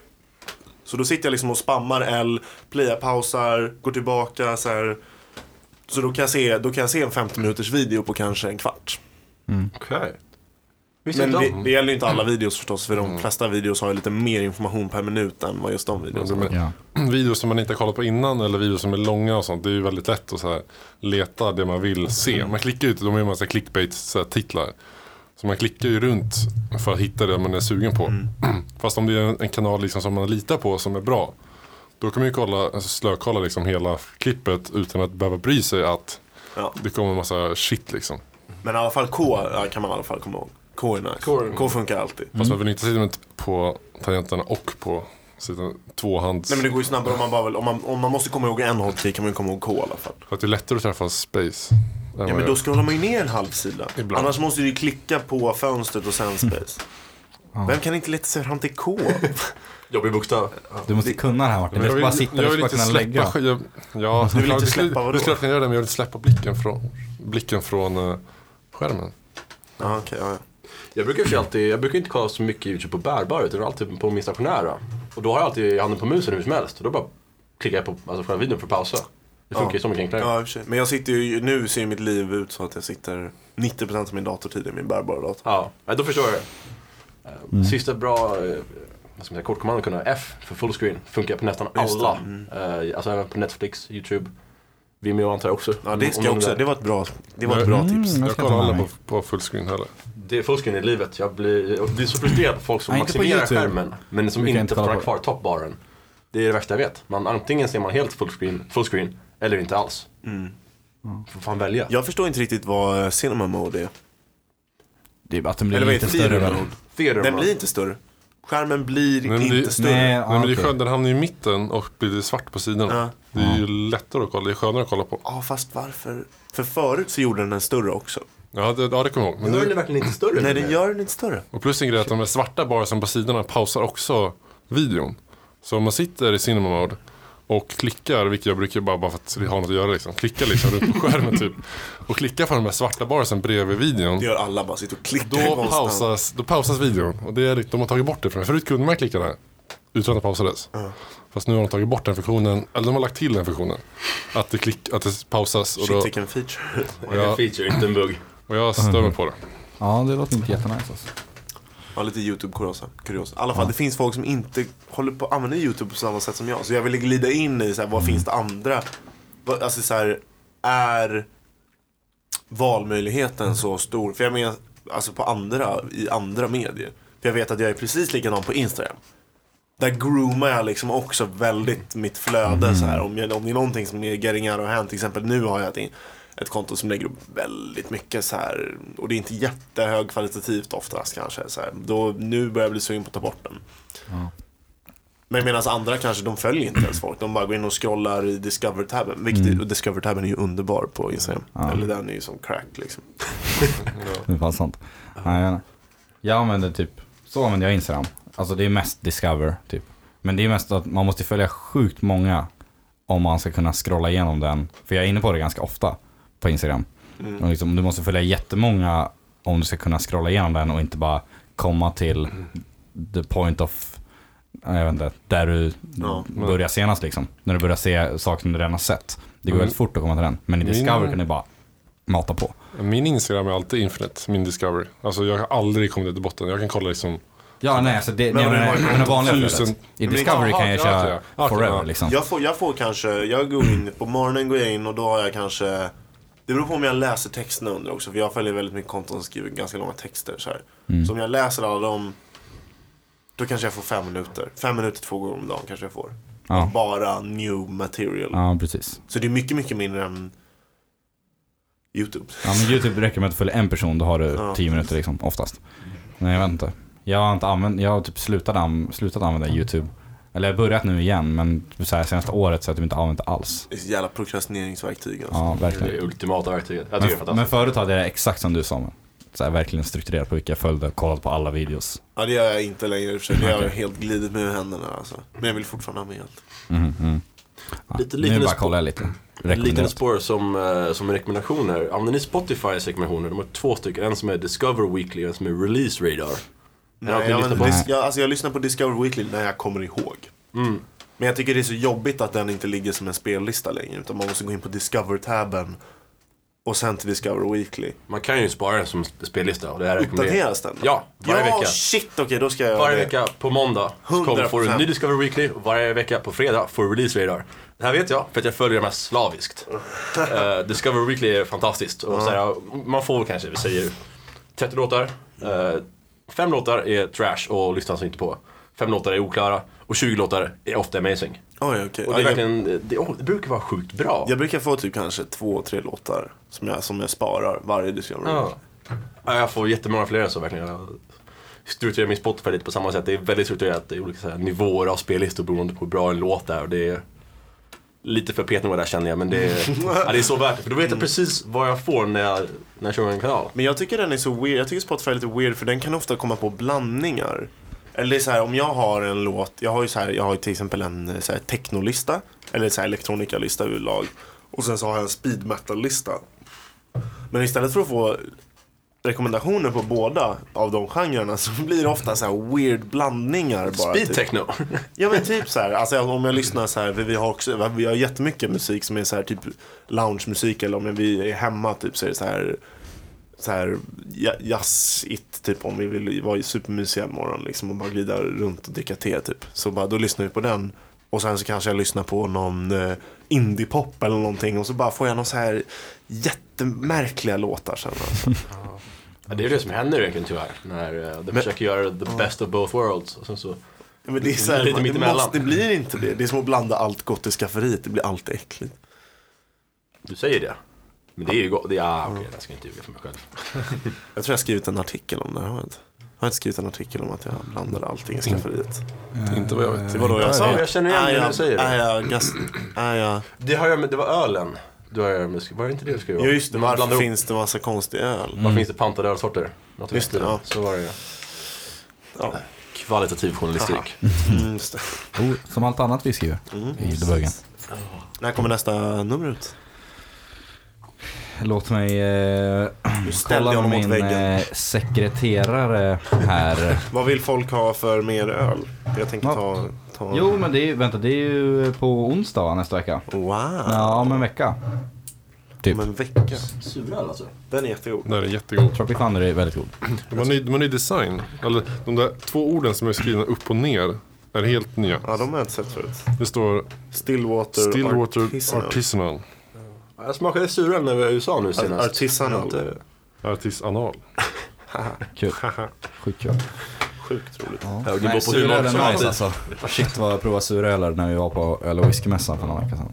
Så då sitter jag liksom och spammar L, playar, pausar, går tillbaka så här. Så då kan jag se en 50 minuters video på kanske en kvart. Okej. Men det gäller ju inte alla videos förstås. För de flesta videos har ju lite mer information per minut än vad just de videos har. Ja. Videos som man inte har kollat på innan eller videos som är långa och sånt. Det är ju väldigt lätt att så här, leta det man vill se. Man klickar ut, de är en massa clickbait-titlar. Så man klickar ju runt för att hitta det man är sugen på. Fast om det är en kanal liksom som man litar på som är bra, då kan man ju slökolla liksom hela klippet utan att behöva bry sig att det kommer en massa shit liksom. Men i alla fall K kan man i alla fall komma ihåg. K är nice. K funkar alltid. Fast man vill inte sitta med på tangenterna och på tvåhands. Nej, men det går ju snabbare om man måste komma ihåg en hotkey kan man ju komma ihåg K i alla fall. För att det är lättare att träffa space. Ja, men då scrollar man ju ner en halv sida. Ibland. Annars måste du ju klicka på fönstret och sen space. Vem kan inte leta sig fram till K? Jobbig bokstav. Du måste kunna det här, Martin. Du ska bara sitta och kunna lägga. Du vill inte släppa vadå? Det är klart jag kan göra det, men jag vill inte släppa blicken från skärmen. Ja, okej, ja. Jag brukar inte kolla så mycket YouTube på bärbar utan alltid på min stationära. Och då har jag alltid handen på musen hur som helst. Och då bara klickar jag på själva videon för att pausa. Det funkar ju så mycket enklare. Ja, i och för sig. Men jag sitter ju, nu ser mitt liv ut så att jag sitter 90% av min datortid i min bärbara dator. Ja, då förstår jag det. Sista bra kortkommando att kunna F för fullscreen funkar på nästan Just det. alla. Alltså även på Netflix, YouTube, Vimeo antar jag också. Ja, det ska jag också. Det var ett bra tips. Jag kollar alla på fullscreen heller. Det är fullscreen i livet. Jag blir så frustrerad på folk som Nej, inte på maximerar YouTube. skärmen men som Vi kan inte inte kolla får på kvar toppbaren. Det är det värsta jag vet. Antingen ser man helt fullscreen eller inte alls. Får fan välja. Jag förstår inte riktigt vad cinema mode är. Det är bara att den blir Eller vad lite är större theater väl? mode? Theater Den mode. blir inte större. Skärmen blir Men inte det- större. Nej, Nej, men det är okej. skönt, den hamnar ju i mitten och blir svart på sidorna. Ja. Det är ju lättare att kolla, det är skönare att kolla på. Ja, fast varför? För förut så gjorde den större också. Ja, det kommer jag ihåg. Men Nu är nu, den verkligen inte större. Nej, den gör den inte större. och plus en grej att de där svarta barsen på sidorna pausar också videon. Så om man sitter i cinema mode och klickar, vilket jag brukar bara för att ha något att göra liksom. Klickar liksom runt på skärmen typ. Och klickar på de där svarta barsen bredvid videon. Det gör alla, bara sitter och klickar Då pausas videon. Och det är, de har tagit bort det från. Förut kunde man klicka där utan att det pausades. Fast nu har de tagit bort den funktionen. Eller de har lagt till den funktionen. Att det pausas. Och Shit, vilken feature. En feature, inte en bugg. Och jag stör mig på det. Ja, det låter inte jättenice alltså. Ja, lite YouTube-kuriosa. I alla fall, det finns folk som inte håller på att använda YouTube på samma sätt som jag. Så jag vill glida in i så här, vad finns det andra? Alltså så här, är valmöjligheten så stor? För jag menar, alltså i andra medier. För jag vet att jag är precis likadan på Instagram. Där groomar jag liksom också väldigt mitt flöde så här. Om det är någonting som är getting out of hand. Till exempel nu har jag ett konto som lägger upp väldigt mycket så här. Och det är inte jättehögkvalitativt oftast kanske så här. Nu börjar jag bli sugen på att ta bort den. Men medan andra kanske, de följer inte ens folk. De bara går in och scrollar i Discover-tabben. Och Discover-tabben är ju underbar på Instagram. Eller den är ju som crack liksom. Det är fan sant. Jag använder så använder jag Instagram. Alltså det är mest Discover typ. Men det är mest att man måste följa sjukt många om man ska kunna scrolla igenom den. För jag är inne på det ganska ofta på Instagram. Och liksom, du måste följa jättemånga om du ska kunna scrolla igenom den och inte bara komma till the point of, jag vet inte, där du börjar senast liksom. När du börjar se saker som du redan har sett. Det går väldigt fort att komma till den. Men i Discover kan du bara mata på. Min Instagram är alltid infinite, min Discovery. Alltså jag har aldrig kommit till botten. Jag kan kolla liksom. Ja, nej, alltså det är vanliga flödet. I Discovery kan jag köra forever liksom. Jag får kanske, jag går in, på morgonen går jag in och då har jag kanske, det beror på om jag läser texterna under också. För jag följer väldigt mycket konton som skriver ganska långa texter så här. Så om jag läser alla dem, då kanske jag får 5 minuter. 5 minuter 2 gånger om dagen kanske jag får. Bara new material. Ja, precis. Så det är mycket, mycket mindre än YouTube. Ja, men YouTube räcker med att följa en person, då har du 10 minuter liksom, oftast. Nej, jag vet inte. Jag har typ slutat använda YouTube. Eller jag har börjat nu igen, men så här, senaste året så har jag inte använt det alls. Det är ett jävla prokrastineringsverktyg alltså. Ja, verkligen. Det är ultimata verktyget. Jag tycker det är fantastiskt. Men förut hade jag exakt som du sa, så här, verkligen strukturerat på vilka jag följde, kollat på alla videos. Ja, det gör jag inte längre i och för sig. Det har jag helt glidit med händerna alltså. Men jag vill fortfarande ha med allt. Ja, nu bara kollar jag lite. Liten spår som rekommendationer. Använder ni Spotifys rekommendationer? De har 2 stycken. En som är Discover Weekly och en som är Release Radar. Nej, jag lyssnar på Discover Weekly när jag kommer ihåg. Men jag tycker det är så jobbigt att den inte ligger som en spellista längre. Utan man måste gå in på Discover-tabben och sen till Discover Weekly. Man kan ju spara den som spellista. Och det här uppdateras den? Ja, varje vecka. Shit, okej, då ska jag varje vecka på måndag får du en ny Discover Weekly. Och varje vecka på fredag får du Release Radar. Det här vet jag, för att jag följer det mest slaviskt. Discover Weekly är fantastiskt. Och så här, man får kanske, vi säger 30 låtar. 5 låtar är trash och lyssnas inte på. 5 låtar är oklara. Och 20 låtar är ofta amazing. Okay. Och det är verkligen, det brukar vara sjukt bra. Jag brukar få typ kanske 2-3 låtar som jag sparar varje Discover. Ja, jag får jättemånga fler så verkligen. Jag strukturerar min Spotify lite på samma sätt. Det är väldigt strukturerat. Det är olika så här, nivåer av spellistor beroende på hur bra en låt är. Och det är lite för petnivå där känner jag. Men det är så värt det. För då vet jag precis vad jag får när jag kör en kanal. Men jag tycker den är så weird. Jag tycker Spotify är lite weird för den kan ofta komma på blandningar. Eller det är så här, om jag har en låt, jag har ju till exempel en så här technolista eller så här elektronikalista urlag och sen så har jag en speed metal-lista. Men istället för att få rekommendationer på båda av de genrerna så blir det ofta så här weird blandningar bara. Speed typ. techno. Ja men typ så här, alltså om jag lyssnar så här, vi har jättemycket musik som är så här typ lounge-musik eller om vi är hemma typ så är det så här jazz-it typ om vi vill vara supermysiga morgon liksom och bara glida runt och dricka te typ. Så bara då lyssnar vi på den och sen så kanske jag lyssnar på någon indie-pop eller någonting och så bara får jag någon så här jättemärkliga låtar sen alltså. Ja, det är det som händer egentligen tyvärr när de försöker göra the best of both worlds och sen så men det är så här, lite det blir inte det. Det är som att blanda allt gott i skafferiet. Det blir alltid äckligt. Du säger det. Men det är ju gott. Okej, jag ska inte ljuga för mig själv. Jag tror jag har skrivit en artikel om det. Jag har inte skrivit en artikel om att jag blandade allting i skafferiet. Inte vad jag vet. Det var då jag sa. Jag känner igen det du säger. Det Det har jag med, det var ölen. Var det inte det du skrev? Ja just det, Man varför blandar ihop- finns det massa konstig öl? Vad finns det pantade ölsorter? Något Just det, liknande. ja. Så var det. Ja. Kvalitativ journalistik. Just det. Som allt annat vi skriver i debuggen. När kommer nästa nummer ut? Låt mig ställde kolla jag med honom mot min väggen. Sekreterare här. Vad vill folk ha för mer öl? Jag tänker ta... Jo, men det är ju på onsdag va, nästa vecka. Wow. Ja, om en vecka. Typ. Om en vecka. Suröl alltså? Den är jättegod. Den är jättegod. Tropic Thunder är väldigt god. De har ny design. Eller de där 2 orden som är skrivna upp och ner är helt nya. Ja, de har jag inte sett förut. Det står Stillwater Artisanal. Jag smakade suröl när vi var i USA nu senast. Artisanal. Artisanal. Kul. Sjukt kul. Sjukt roligt. Ja. Ja, det Nej, beror på hur suröl långt är nice som alltså. Shit vad jag provade surölar när vi var på öl- och whiskymässan för några veckor sedan.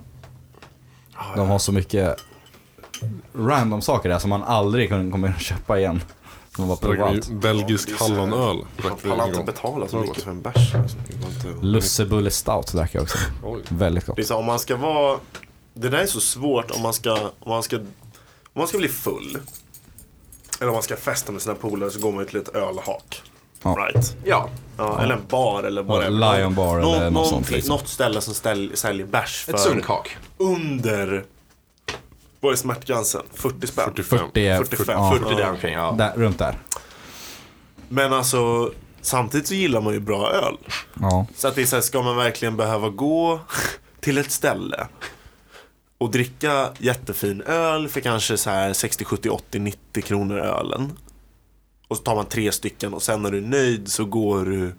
De har så mycket random saker där som man aldrig kommer att köpa igen. Som var provat. Belgisk hallonöl. Man pallar inte betala så mycket för en bärs. Liksom. Det går inte- Lussebulle stout drack jag också. Oj. Väldigt gott. Det är så, om man ska vara... Det där är så svårt om man ska bli full. Eller om man ska festa med sina polare så går man ju till ett ölhak. Ja. Right? Ja, Ja, eller en bar eller vad det Lion Bar eller något sånt liksom. Något ställe som säljer bärs för ett sunkak. under... Vad är smärtgränsen? 40 spänn? 45. 40 45. 40 där omkring, ja. Där, runt där. Men alltså, samtidigt så gillar man ju bra öl. Ja. Så att det är så här, ska man verkligen behöva gå till ett ställe och dricka jättefin öl för kanske så här 60, 70, 80, 90 kronor ölen. Och så tar man 3 stycken och sen när du är nöjd så går du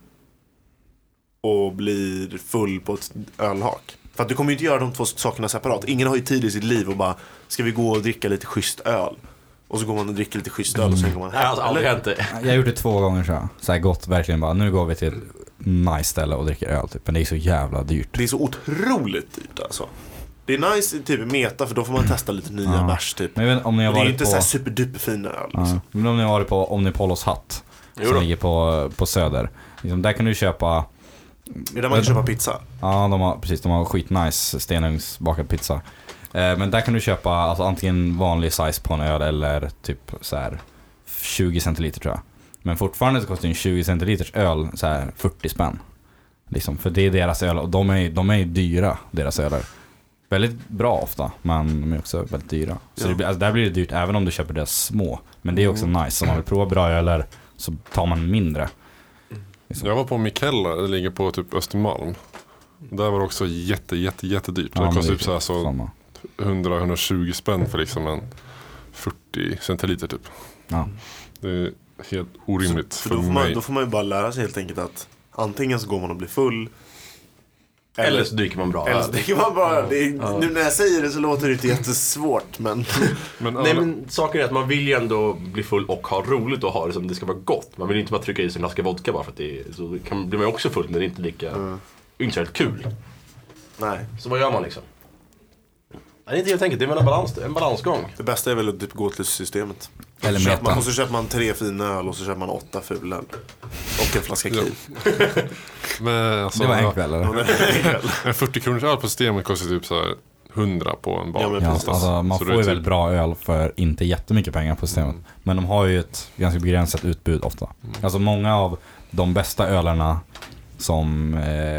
och blir full på ett ölhak. För att du kommer ju inte göra de 2 sakerna separat. Ingen har ju tid i sitt liv och bara, ska vi gå och dricka lite schysst öl? Och så går man och dricker lite schysst öl och sen går man Det har alltså aldrig hänt det. Jag har gjort det 2 gånger så här gott verkligen bara, nu går vi till ett nice ställe och dricker öl typ. Men det är så jävla dyrt. Det är så otroligt dyrt alltså. Det är nice typ i meta för då får man testa lite nya bärs typ. Men jag vet, om ni har Och det är ju varit inte på... så här superduperfina öl liksom. Ja. Men om ni har varit på Omnipolos hatt Jo som då. ligger på Söder. Liksom, där kan du köpa... Det är där man kan köpa pizza. Ja, de har skitnice stenugnsbakad pizza. Men där kan du köpa alltså, antingen vanlig size på en öl eller typ så här 20 centiliter tror jag. Men fortfarande så kostar en 20 centiliters öl så här 40 spänn. Liksom, för det är deras öl och de är dyra, deras öler. Väldigt bra ofta, men de är också väldigt dyra. Så där blir det dyrt även om du köper deras små. Men det är också nice, om man vill prova bra öler så tar man mindre. Jag var på Mikella, det ligger på typ Östermalm. Där var det också jättedyrt. Ja, Det men kostar det typ är så samma. 100-120 spänn för liksom en 40 centiliter typ. Ja. Det är helt orimligt För för då mig. får man ju bara lära sig helt enkelt att antingen så går man och blir full Eller så dricker man bra eller så öl. dricker man bara. Det är, nu när jag säger det så låter det inte jättesvårt men Men Nej men saken är att man vill ju ändå bli full och ha roligt och ha det som det ska vara gott. Man vill inte bara trycka i sig en flaska vodka bara för att det är, så blir man ju också full men det är inte lika inte så helt kul. nej. Så vad gör man liksom? Det är inte helt enkelt, det är väl en balansgång. Det bästa är väl att typ gå till systemet. Eller Köper man, meta. och så köper man 3 fina öl och så köper man 8 fula öl. Och en flaska Ja. kniv. Men alltså, Det var en kväll eller? en 40 kronors öl på systemet kostar typ så här 100 på en bar. Ja, men Ja, precis. alltså, man Så får det är ju typ- väldigt bra öl för inte jättemycket pengar på systemet. Men de har ju ett ganska begränsat utbud ofta. Alltså många av de bästa ölarna som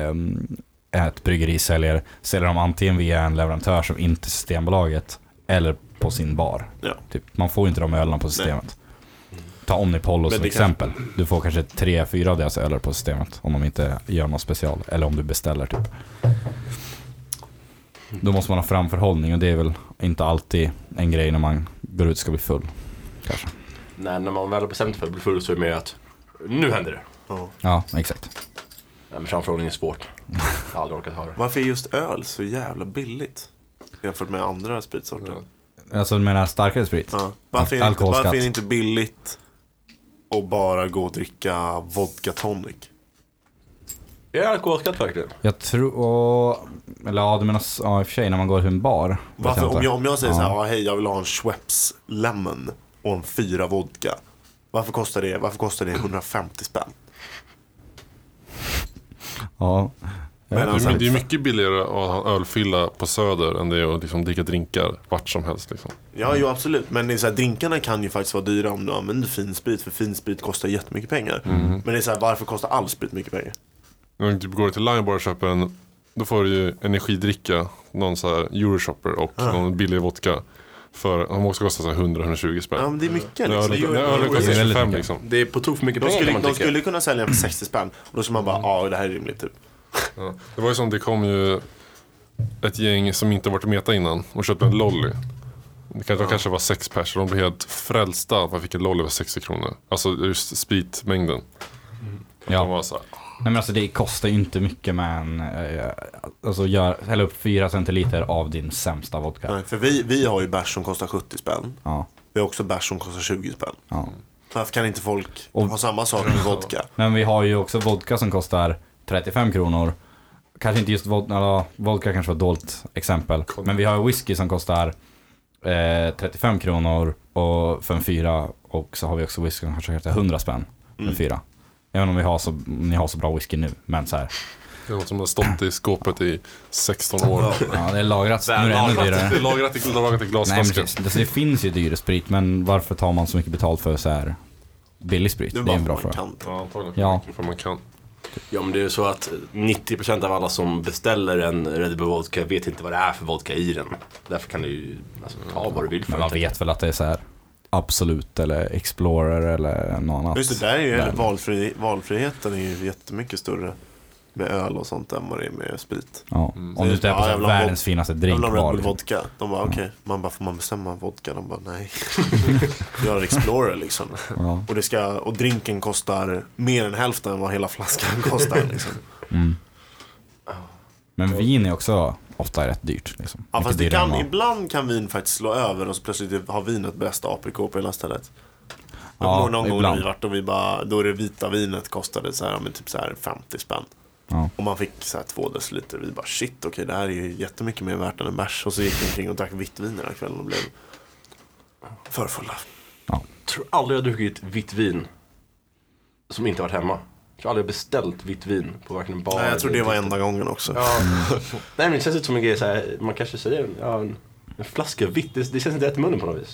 ett bryggeri säljer de antingen via en leverantör som inte är Systembolaget eller på sin bar. Ja. Typ, man får ju inte de ölarna på systemet. Ta Omnipollo Men som det exempel. Du får kanske 3-4 av deras öler på systemet om de inte gör något special. Eller om du beställer typ. Då måste man ha framförhållning och det är väl inte alltid en grej när man går ut och ska bli full. Kanske. Nej, när man väl har bestämt för att bli full så är det mer att nu händer det. Ja, exakt. Nej, men framförhållning är svårt. Jag har aldrig orkat ha det. Varför är just öl så jävla billigt? Jämfört med andra spritsorter. Alltså du menar starkare sprit? Ja. Varför är Alkoholskatt. det inte billigt att bara gå och dricka vodka tonic? Är det alkoholskatt verkligen? Jag tror, eller ja du menar ja, i och för sig när man går till en bar. Varför, om jag säger Ja. så här, hej jag vill ha en Schweppes Lemon och en 4 vodka. Varför kostar det 150 spänn? Ja, Det är ju mycket billigare att ha ölfylla på Söder än det är att liksom dricka drinkar vart som helst liksom. Ja, jo, absolut. Men det är så här, drinkarna kan ju faktiskt vara dyra om du använder finsprit. För finsprit kostar jättemycket pengar. Men det är så här, varför kostar all sprit mycket pengar? Om du går till Lion Bar och köper då får du ju energidricka, någon så här Euroshopper och någon billig vodka. För de också kostar så här 100-120 spänn. Ja, men det är mycket liksom. Ölen kostar 25 liksom. Det är på tok för mycket pengar. De skulle kunna sälja för 60 spänn. Och då ska man bara, det här är rimligt typ. Ja. Det var ju som det kom ju ett gäng som inte varit meta innan och köpte en lolly. De kanske var 6 pers och de blev helt frälsta för att fick en lolly för 60 kronor. Alltså just spritmängden. Ja. De var så här. Nej, men alltså det kostar ju inte mycket med en alltså hälla upp 4 centiliter av din sämsta vodka. Nej, för vi har ju bärs som kostar 70 spänn. Ja. Vi har också bärs som kostar 20 spänn. Ja. Varför kan inte folk ha samma sak med vodka? Men vi har ju också vodka som kostar 35 kronor. Kanske inte just vodka kanske var ett dåligt exempel. Men vi har whisky som kostar 35 kronor och för en 4. Och så har vi också whisky som kanske kostar 100 spänn för en 4. Även om ni har så bra whisky nu. Men så här. Det är något som har stått i skåpet i 16 år. Ja, det är lagrat. Nu är det ännu dyrare. Det är lagrat i glasflaskor. Nej, det finns ju dyr sprit. Men varför tar man så mycket betalt för så här billig sprit? Det är en bra fråga. Ja, antagligen. Ja. För man kan. Ja, men det är ju så att 90% av alla som beställer en Red Bull vodka vet inte vad det är för vodka i den. Därför kan du ju ta vad du vill för. Men man vet väl att det är så här Absolut eller Explorer eller något annat. Just det, där är ju valfriheten är ju jättemycket större med öl och sånt än vad det är med sprit. Ja. Om du inte är på så världens finaste drink. Jag vill ha Red Bull vodka. De bara okej. Man bara, får man bestämma vodka? De bara nej. Gör Explorer liksom. Ja. Och drinken kostar mer än hälften än vad hela flaskan kostar liksom. Men vin är också ofta rätt dyrt liksom. Ja, fast Mycket dyrare ibland kan vin faktiskt slå över och så plötsligt har vinet bästa APK på hela stället. Ja, någon gång ibland. vi varit och vi bara, då det vita vinet kostade så här, men typ så här 50 spänn. Ja. Och man fick så här 2 deciliter. Vi bara shit, okej, det här är ju jättemycket mer värt än en bärs. Och så gick vi omkring och drack vitt vin hela kvällen och blev för fulla. Jag tror aldrig jag har druckit vitt vin som inte varit hemma. Jag tror aldrig jag beställt vitt vin på varken en bar. Nej, jag tror det var enda gången också. Ja. Nej, men det känns inte som en grej så här, man kanske säger en flaska vitt, det känns inte rätt i munnen på något vis.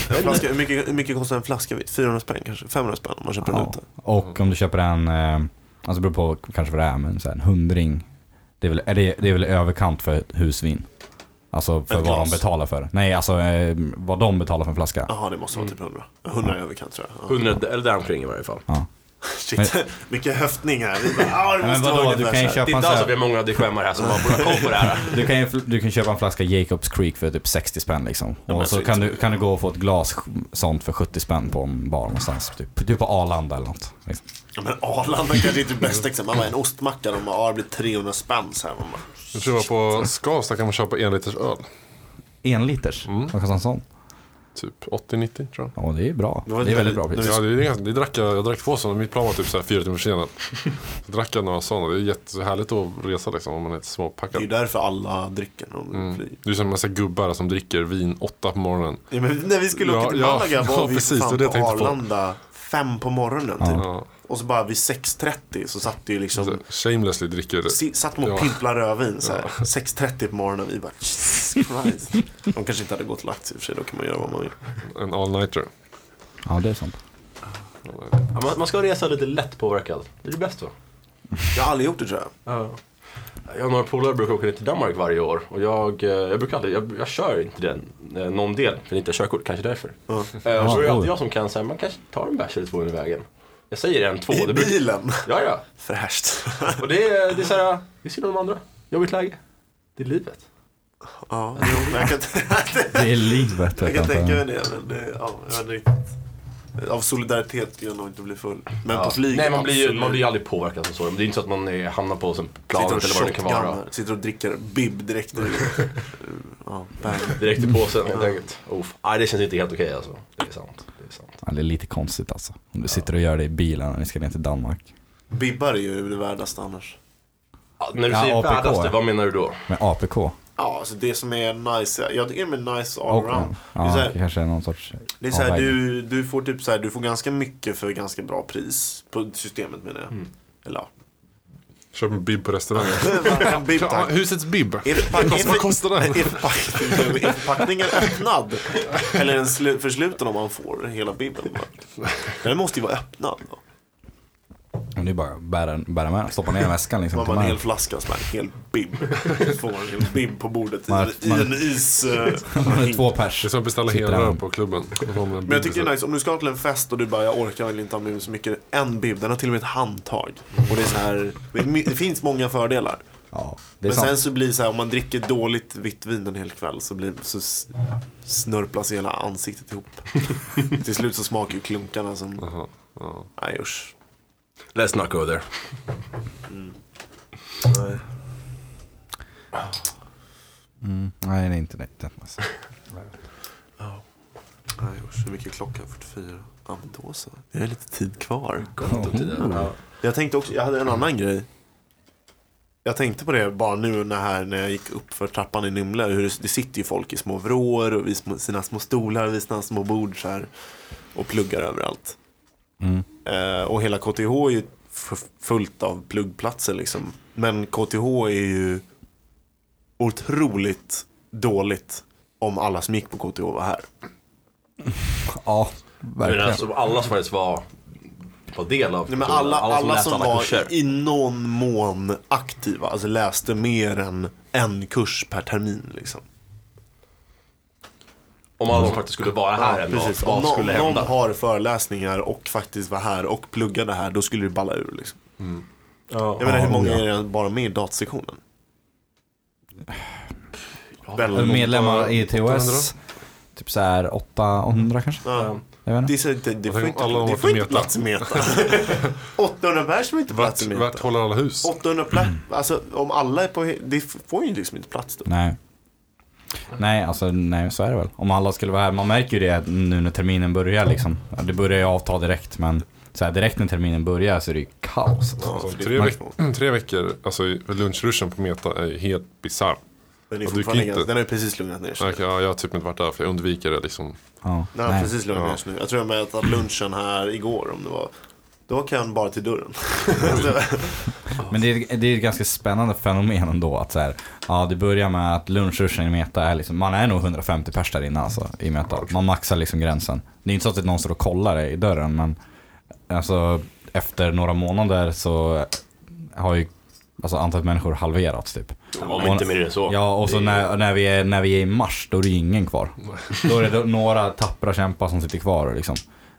Hur mycket kostar en flaska vitt? 400 spänn kanske? 500 spänn om man köper den ute. Och om du köper en alltså beror på kanske vad det är, men så här, en 100. Det är väl överkant för ett husvin. Alltså för vad de betalar för. Nej, alltså vad de betalar för en flaska. Jaha, det måste vara typ 100. 100 överkant tror jag. 100 eller däromkring i varje fall. Ja. Shit, mycket höftning här. Vi bara, det Men måste vadå, vara du ungefär kan ju så här. Det är köpa en inte så alls här, att vi är många diskskärmar här som har borde ha koll på det här. du kan köpa en flaska Jacobs Creek för typ 60 spänn liksom. men Och så kan du gå och få ett glas sånt för 70 spänn på en bar någonstans. Typ på Arlanda eller något. Liksom. Ja, men Arlanda kanske inte är det bästa exempel. Man bara, en ostmacka, de bara, det blir 300 spänn så här. Man bara, Jag tror att på Skavsta kan man köpa 1 liters öl. 1 liters? Vad kostar en sån? Typ 80-90 tror jag. Ja, det är bra. Det var Det är väldigt bra det- pris. Ja, det drack jag drack 2 sådana. Mitt plan var typ så här 4 timmar senare. Så drack jag några sådana. Det är jättehärligt att resa liksom om man är lite det är småpackad. ju därför alla dricker när de flyger. Det är som en massa gubbar som dricker vin 8 på morgonen. Ja, men när vi skulle åka till Ja, Malaga var ja, vi precis, fan det är det på jag tänkte på. Arlanda 5 på morgonen typ. Ja. Och så bara vid 6:30 så satt det ju liksom Shamelessly dricker satt mot Ja. pimplar rödvin så här. 6:30 på morgonen. Vi bara Jesus Christ. De kanske inte hade gått och lagt sig i och för sig. Då kan man göra vad man vill. en all-nighter. Ja, det är sant. Ja, man ska resa lite lätt påverkad. Det är det bästa. Jag har aldrig gjort det tror jag. Ja. Jag och några polare brukar åka ner till Danmark varje år. Och jag brukar aldrig, jag kör inte den någon del. För jag inte har körkort, kanske därför. Och så är det alltid jag som kan säga, man kanske tar en bärs eller 2 i vägen. Jag säger 1, 2. I bilen. Ja. Fräscht. Och det är så här, vi ser de andra. Jobbigt läge. Det är livet. Ja, jo, men jag kan Det är livet. jag kan tänka mig det. Men det, ja, jag vet inte. Av solidaritet skulle jag nog inte bli full. Men på flyget. Nej, man blir ju aldrig påverkad som så. Men det är inte så att man hamnar på en planet eller vad det kan vara. Sitter och dricker bib direkt ur. Ja, bang. Direkt i påsen helt enkelt. Nej, det känns inte helt okej alltså. Det är sant. Ja, det är lite konstigt alltså. Om du sitter och gör det i bilen och ni ska ner till Danmark. Bibbar är ju det värdaste annars. Ja, när du Ja, säger APK, värdaste, vad menar du då? Med APK. Ja, alltså det som är nice. Jag tycker det är nice all Och, around. ja, Det är så här- det kanske är någon sorts Det är så här, avvägning. du får typ så här, du får ganska mycket för ganska bra pris på systemet menar jag. Eller ja. Köp en bib på restaurangen. En bib, tack. Husets bib. Vad kostar den? Är förpackningen öppnad? Eller en försluten om man får hela bibben? Den måste ju vara öppnad då. Men det är bara bära med, stoppa ner i väskan liksom. Man har en hel flaska som är en hel bib. Får man en hel bib på bordet i en is. 2 pers. Det är som att beställa hela på klubben. Men jag tycker det är nice, om du ska till en fest och du bara, jag orkar väl inte ha med så mycket. En bib, den har till och med ett handtag. Och det är så här, det finns många fördelar. Ja, det är Men sant. sen så blir det så här, om man dricker dåligt vitt vin en hel kväll så snörplas hela ansiktet ihop. Till slut så smakar ju klunkarna som... Nej, usch. Let's not go there. Nej. Nej, det är inte det. Alltså. Nej, usch. Hur mycket klockan? 44. Ja, men då så. Det är lite tid kvar. Jag tänkte också, jag hade en annan grej. Jag tänkte på det bara nu när jag gick upp för trappan i Nymle. Hur det sitter ju folk i små vrår och vid sina små stolar, vid sina små bord så här, och pluggar överallt. Och hela KTH är ju fullt av pluggplatser liksom. Men KTH är ju otroligt dåligt om alla som gick på KTH var här. Ja, Men verkligen. alltså, alla som faktiskt var del av... Nej, men alla som var kurser. i någon mån aktiva, alltså läste mer än en kurs per termin liksom. Om alla faktiskt skulle vara här ändå, precis. vad Om skulle någon hända? har föreläsningar och faktiskt var här och pluggade här, då skulle det balla ur liksom. Jag menar, hur många är det bara med i datasektionen? Medlemmar i TOS, typ så här 800 kanske. Ja. Jag vet inte. Det får inte, alla det får inte Meta. plats i Meta. 800 pers som inte plats i Meta. Vart håller alla hus? 800 plats, alltså om alla är på, det får ju liksom inte plats då. Nej, alltså nej, så är det väl. Om alla skulle vara här, man märker ju det nu när terminen börjar liksom. Det börjar ju avta direkt, men så här, direkt när terminen börjar så är det ju kaos. Alltså, för det- 3 veckor, alltså lunchruschen på Meta är helt bizarr. Men det är Och du fortfarande kan inte- den har ju precis lugnat ner sig. Okay, ja, jag har typ inte varit där för jag undviker det liksom. Ja, Den har nej. precis lugnat ner sig nu. Jag tror jag med att lunchen här igår, om det var, då kan jag bara till dörren. Men det är ett ganska spännande fenomen ändå att så här, ja, det börjar med att lunchruschen i Meta är liksom, man är nog 150 pers där inne alltså, i Meta. Man maxar liksom gränsen. Det är inte så att någon står och kollar det i dörren, men alltså efter några månader så har ju alltså antalet människor halverats typ. Om inte mer än så. Ja, och så när vi är i mars, då är det ingen kvar. Då är det några tappra kämpar som sitter kvar liksom.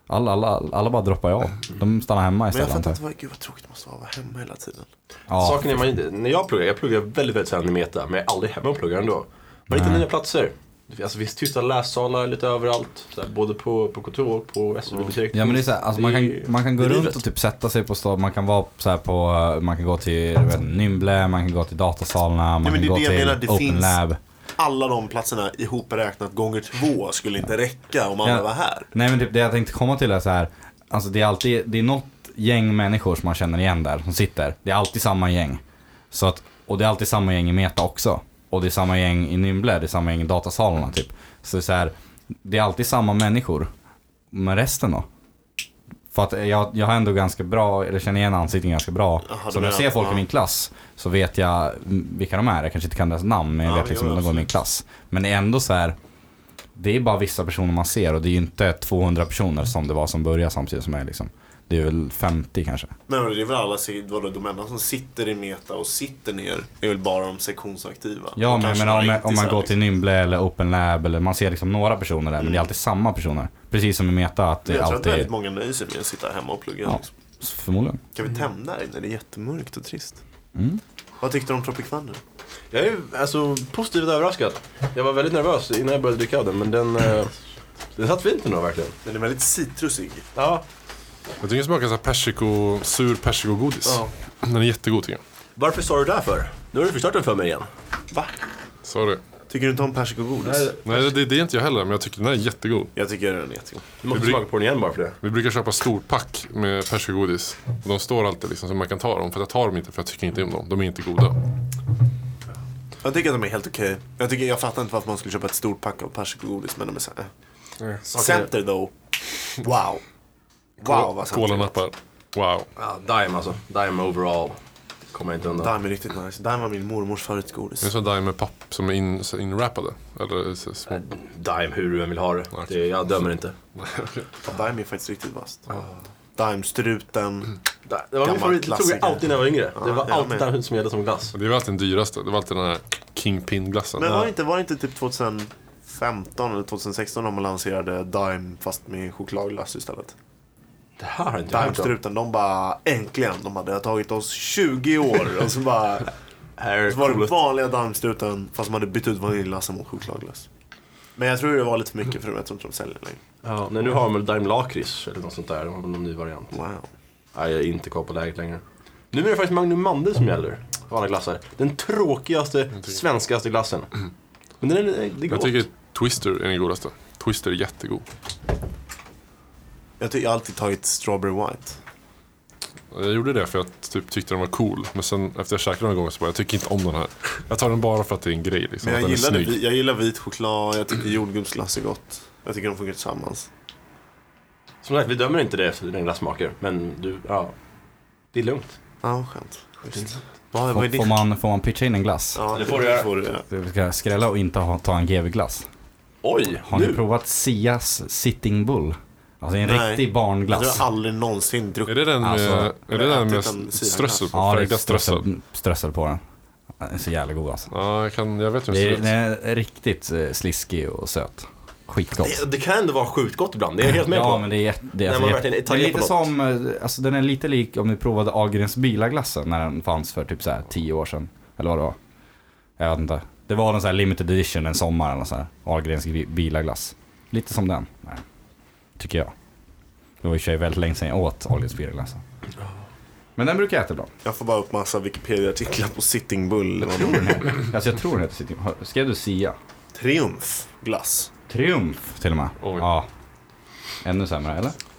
Alla bara droppar av. De stannar hemma Men jag istället. fattar inte, gud vad tråkigt det måste vara att vara hemma hela tiden. Ja, Saken är, när jag pluggar väldigt sällan i Meta, men jag är aldrig hemma och pluggar ändå. Man hittar nya platser. Alltså, det finns tysta lässalar lite överallt, så här, både på KTH och på SU-bibliotek. Ja, men det är så här, alltså man kan gå det är runt livet. och typ sätta sig på stad. Man kan vara så här på, man kan gå till Nymble, man kan gå till datasalarna, man men kan det är gå det jag till menar, det Open finns- Lab. Alla de platserna ihopräknat gånger 2 skulle inte räcka om alla Ja. var här. Nej, men typ det jag tänkte komma till är så här, alltså det är något gäng människor som man känner igen där som sitter. Det är alltid samma gäng. Så att, och det är alltid samma gäng i Meta också. Och det är samma gäng i Nymble, det är samma gäng i datasalarna typ. Så det är så här, det är alltid samma människor. Men resten då? För att jag har ändå ganska bra, eller känner igen ansikten ganska bra. Jaha, Så när jag ser folk i min klass så vet jag vilka de är. Jag kanske inte kan deras namn, men jag vet liksom att de går i min klass. Men det är ändå så här, det är bara vissa personer man ser och det är ju inte 200 personer som det var som började samtidigt som mig liksom. Det är väl 50 kanske. Men det är väl alla, de enda som sitter i Meta och sitter ner är väl bara de sektionsaktiva. Ja, Och men kanske om några man intisar, går till Nymble eller Open Lab eller man ser liksom några personer där, men det är alltid samma personer. Precis som i Meta att Men det jag tror att alltid väldigt många nöjer sig med att sitta hemma och plugga. Ja. Liksom. Förmodligen. Kan vi tända här inne? Det är jättemörkt och trist. Mm. Vad tyckte du om Tropic Thunder? Jag är alltså positivt överraskad. Jag var väldigt nervös innan jag började dricka av den, men den satt fint ändå verkligen. Den är väldigt citrusig. Ja. Jag tycker det smakar så sur persikogodis. Ja. Den är jättegod tycker jag. Varför sa du det för? Nu har du förstört den för mig igen. Va? Sorry. Tycker du inte om persikogodis? Nej, det är inte jag heller, men jag tycker den är jättegod. Jag tycker den är jättegod. Du måste Det blir- smaka på den igen bara för det. Vi brukar köpa storpack med persikogodis. Och de står alltid liksom så man kan ta dem. För jag tar dem inte för jag tycker inte om dem. De är inte goda. Jag tycker att de är helt okej. Jag fattar inte varför man skulle köpa ett stort pack av persikogodis, men de är såhär. Center though. Wow. Wow, vad center. Kolanappar. Wow. Ja, Dime alltså. Dime overall. Kommer inte undan. Daim är riktigt nice. Daim var min mormors favoritgodis. Det är så Daim med papp som är så inwrappade. Eller så små. Dime hur du än vill ha det. Jag dömer inte. Daim är faktiskt riktigt vast. Daim, struten. Det var min favorit, det tror jag alltid när jag var yngre. Det var alltid med. där som gällde som glass. Det var alltid den dyraste. Det var alltid den här Kingpin-glassen. Men var det inte typ 2015 eller 2016 när man lanserade Daim fast med chokladglass istället? Det här har inte jag hört om. Daim-struten, de bara äntligen. De bara, det har tagit oss 20 år. Och så bara... Här Så var det vanliga Daim-struten fast man hade bytt ut vaniljglass mot chokladglass. Men jag tror det var lite för mycket för jag tror inte de säljer längre. Ja, nej, nu har de väl Daim Lakrits eller något sånt där. De har någon ny variant. Wow. Nej, jag är inte koll på läget längre. Nu är det faktiskt Magnum Mandel som gäller. Av alla glassar. Den tråkigaste, svenskaste glassen. Men det är Jag gott. tycker Twister är den godaste. Twister är jättegod. Jag har alltid tagit Strawberry White. Jag gjorde det för att jag typ tyckte den var cool. Men sen efter jag käkade några gånger så bara, jag tycker inte om den här. Jag tar den bara för att det är en grej liksom. Men att den är snygg. jag gillar vit choklad, jag tycker jordgubbsglass är gott. Jag tycker de funkar tillsammans. Som sagt, vi dömer inte det efter den glassmaker. Men du, ja. Det är lugnt. Ja, skönt. Schysst. Vad är ditt? Får man pitcha in en glass? Ja, det får du göra. Du ska skrälla och inte ta en GV-glass. Oj, Har ni provat Sias Sitting Bull? Alltså en Nej. riktig barnglass. Jag har aldrig någonsin druckit. Är det den med, Alltså, är det den med ätit en strössel på? Ja, det är Färgglass strössel? strössel på den. Den är så jävla god alltså. Ja, jag vet hur Det den ser är, ut. den är riktigt sliskig och söt. Skitgott. det kan ändå vara sjukt gott ibland. Det är jag helt med på. Ja, men det är, det är, När alltså, man det verkligen är är taggad lite på som, alltså den är lite lik om ni provade Ahlgrens bilaglassen när den fanns för typ så här 10 år sedan. Eller vad det var. Jag vet inte. Det var en sån här limited edition en sommar eller så här. Ahlgrens bilaglass. Lite som den. Nej, tycker jag. Det var ju väldigt länge sedan jag åt Ahlgrens bilaglassen. Men den brukar jag äta ibland. Jag får bara upp massa Wikipedia-artiklar på Sitting Bull. Alltså jag tror den heter Sitting. Skrev du Sia? Triumfglass. Triumf till och med. Oj. Ja. Ännu sämre,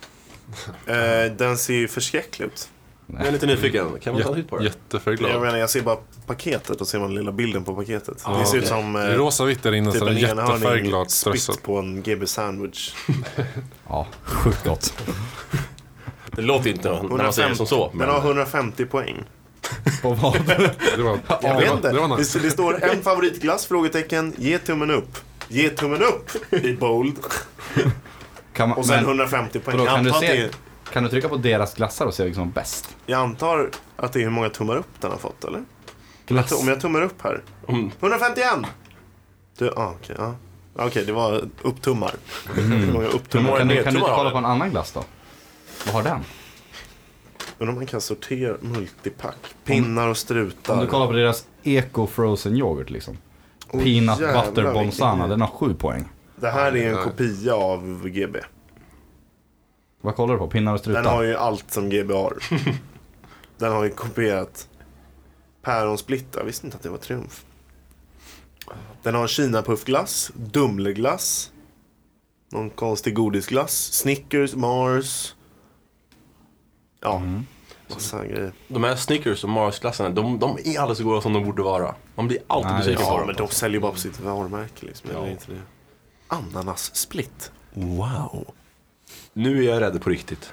eller? Den ser ju förskräcklig ut. Jag är lite nyfiken. Kan man ta en titt på det? Jättefärgglad. Jag ser bara paketet och ser man lilla bilden på paketet. Ja, det ser ut okej. som Det är rosa-vitt där inne, typ så den en är enhörning jättefärgglad strössel. sprit på en GB sandwich. Ja, sjukt gott. Det låter inte när man säger det som så. Den har 150 poäng. På vad? Det var, Jag vet inte. det var nice. Det står en favoritglass, frågetecken, ge tummen upp. Ge tummen upp i bold. Kan man, Och sen men, 150 poäng. vadå, Jag kan, du antar, att det se, är, kan du trycka på deras glassar och se vilken som är bäst? jag antar att det är hur många tummar upp den har fått, eller? Glass. Om jag tummar upp här. 151! Okej, ja. Okej, det var upptummar. Hur många upptummar? Kan du nedtummar har kolla den? på en annan glass då? Vad har den? Undrar om man kan sortera multipack. Pinnar och strutar. Om du kollar på deras Eco Frozen yoghurt liksom. Peanut jävlar, Butter vilken Bonzana, grej. den har 7 poäng. Det här är en kopia av GB. Vad kollar du på? Pinnar och strutar? Den har ju allt som GB har. Den har ju kopierat päronsplitta. Jag visste inte att det var Triumf. Den har Kina-puffglass, Dumleglass, någon konstig godisglass, Snickers, Mars. Ja, massa grejer. De här Snickers och Mars-glassarna, de är alldeles så goda som de borde vara. Man blir alltid Nej, besviken på Ja, dem. men de säljer ju bara på sitt varumärke liksom. Ja. Eller inte det. Ananas-split. Wow. Nu är jag rädd på riktigt.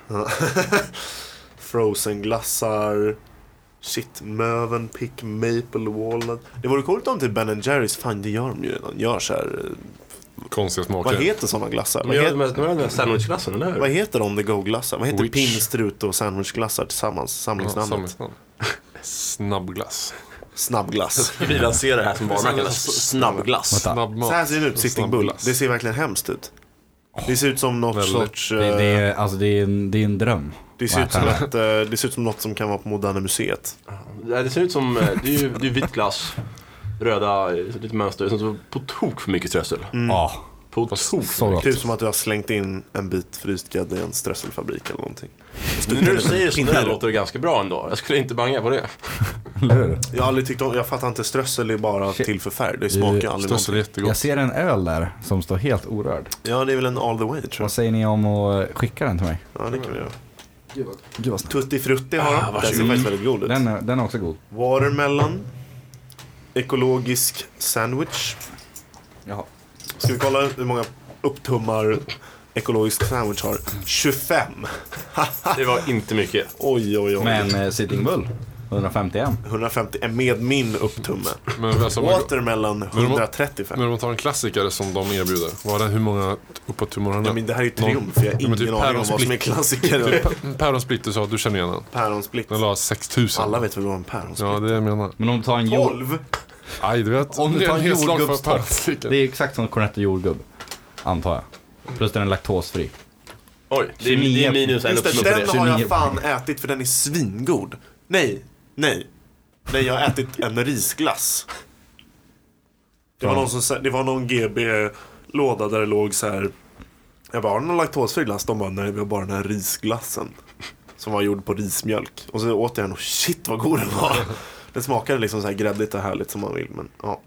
Frozen-glassar. Shit, Möven, Pick, Maple, Walnut. Det vore coolt om till Ben & Jerry's, fan det gör de ju redan. Gör så här, Konstiga smaker. vad heter sådana glassar? De Vad, gör heter, de här sandwichglassen, eller hur? vad heter on the go-glassar? Vad heter Which? pin, strut och sandwichglassar tillsammans? Samlingsnamnet. Samlingsnamn. Snabbglass. Snabbglass. Vi lanserar det här som varumärke. Snabbglass. Vänta. Snabbmat. Så här ser det ut, Sitting Bull. Snabbglass. Det ser verkligen hemskt ut. Det ser ut som något Väldigt. sorts... Det är, alltså det är en dröm. det ser ut som det ser ut som något som kan vara på Moderna Museet. Det ser ut som, det är ju vit glass, röda, lite mönster, så på tok för mycket strössel. Ja, På tok. så gott. Typ som att du har slängt in en bit fryst grädde i en strösselfabrik eller någonting. Nu när du säger så där låter det ganska bra ändå. Jag skulle inte banga på det. Eller hur? Jag har aldrig tyckt om, jag fattar inte, strössel är bara Shit. till för färg. Det smakar aldrig Strössel är någonting. jättegott. Jag ser en öl där som står helt orörd. Ja, det är väl en all the way tror jag. Vad säger ni om att skicka den till mig? Ja, det kan vi göra. Gud vad snabbt. Tutti Frutti har de. Den ser faktiskt väldigt god ut. Den är också god. Watermelon. Ekologisk sandwich. Jaha. Ska vi kolla hur många upptummar ekologisk sandwich har? 25. Det var inte mycket. Oj, oj, oj. Men Sitting Bull. 151. 150 är med min upptumme. Men alltså, Watermelon 135. men om man tar en klassiker som de erbjuder, hur många uppåt-tummar har Ja, men det här är ju triumf, jag har ingen aning om vad som är klassiker. Päronsplitt, du sa att du känner igen den. Päronsplitt. Den la 6000. Alla vet väl vad en päronsplitt. Ja, det är det jag menar. Men om du tar en 12? Aj, du vet. Om du tar en jordgubbstopp, päronsplitt. det är exakt som Cornetto jordgubb, antar jag. Plus den är laktosfri. Oj, det är minus en Just det, uppsnupp på den det. har jag fan ätit för den är svingod. Nej, jag har ätit en risglass. Det var någon GB-låda där det låg så här. Jag bara, har du någon laktosfri glass? De bara, nej, vi har bara den här risglassen. Som var gjord på rismjölk. Och så åt jag den och shit vad god den var. Den smakade liksom så här gräddigt och härligt som man vill. Men ja.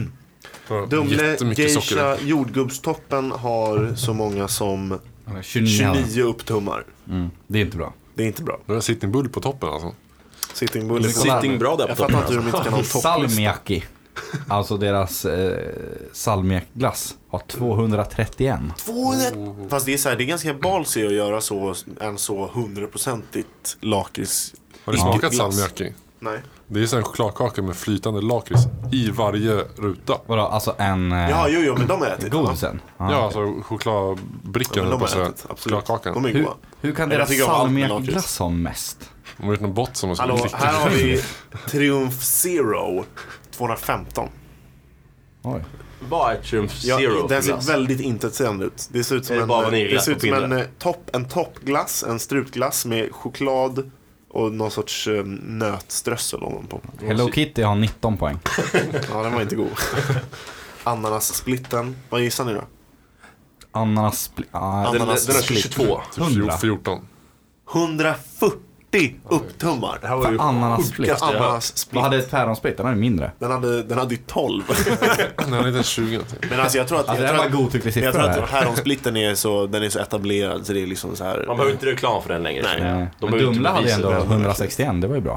Dumle geisha jordgubbstoppen har så många som 29 upptummar. Det är inte bra. Det är inte bra. Det är Sitting Bull på toppen alltså. Sitting Bull. Sitting bra där på Jag toppen. fattar inte hur de inte kan ha en topplista. Salmiakki, alltså deras salmiakglass, har 231. 200. Fast det är så här, det är ganska ballsy att göra så en så 100%igt lakrits. Har du smakat glass. salmiakki? Nej. Det är en chokladkaka med flytande lakrits i varje ruta. Vadå, alltså en Ja, jo, men de har ätit. godisen? Ja, alltså chokladbrickan, Ja, men de på har sig. ätit, absolut. Chokladkakan. De är Hur, goda. hur kan Men jag deras tycker om allt med salmiakglass ha mest? De har gjort någon bott som är så Hallå, riktigt. här har vi Triumph Zero 215. Oj. Vad är Triumph Ja, Zero den för ser glass? väldigt intetsägande ut. Det ser ut som Är det bara det vaniljglass ser ut på som pinne? en toppglass, en strutglass med choklad och någon sorts nötströssel ovanpå. Hello Kitty har 19 poäng. Ja, den var inte god. Ananas-splitten. Vad gissar ni då? Ananas... Den har 22. 100. 14. 140 upptummar. Det här var ju Ananas-split. sjukaste jag hört. Ananas-split. Vad hade ett päronsplit? Den är mindre. Den hade ju 12. Den är inte 20 någonting. Men alltså jag tror att Alltså det här var godtycklig jag tror siffra att här. päronsplitten är så etablerad så det är liksom så här. Man behöver inte reklam för den längre. Nej. känner jag. Men De behöver inte Dumla hade ju bevisa ändå det. 161, det var ju bra.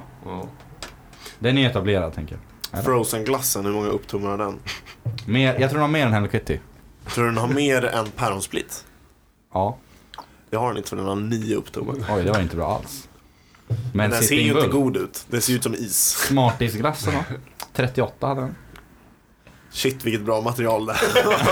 Den är etablerad, tänker jag. Frozen-glassen, hur många upptummar har den? Jag tror den har mer än Hello Kitty. Tror du den har mer än päronsplitt? Ja. Det har den inte för den har 9 upptummar. Oj, det var inte bra alls. Men Den ser Sitting ju inte Bull. god ut. Den ser ut som is. Smartisglassen då? 38 hade den. Shit, vilket bra material där.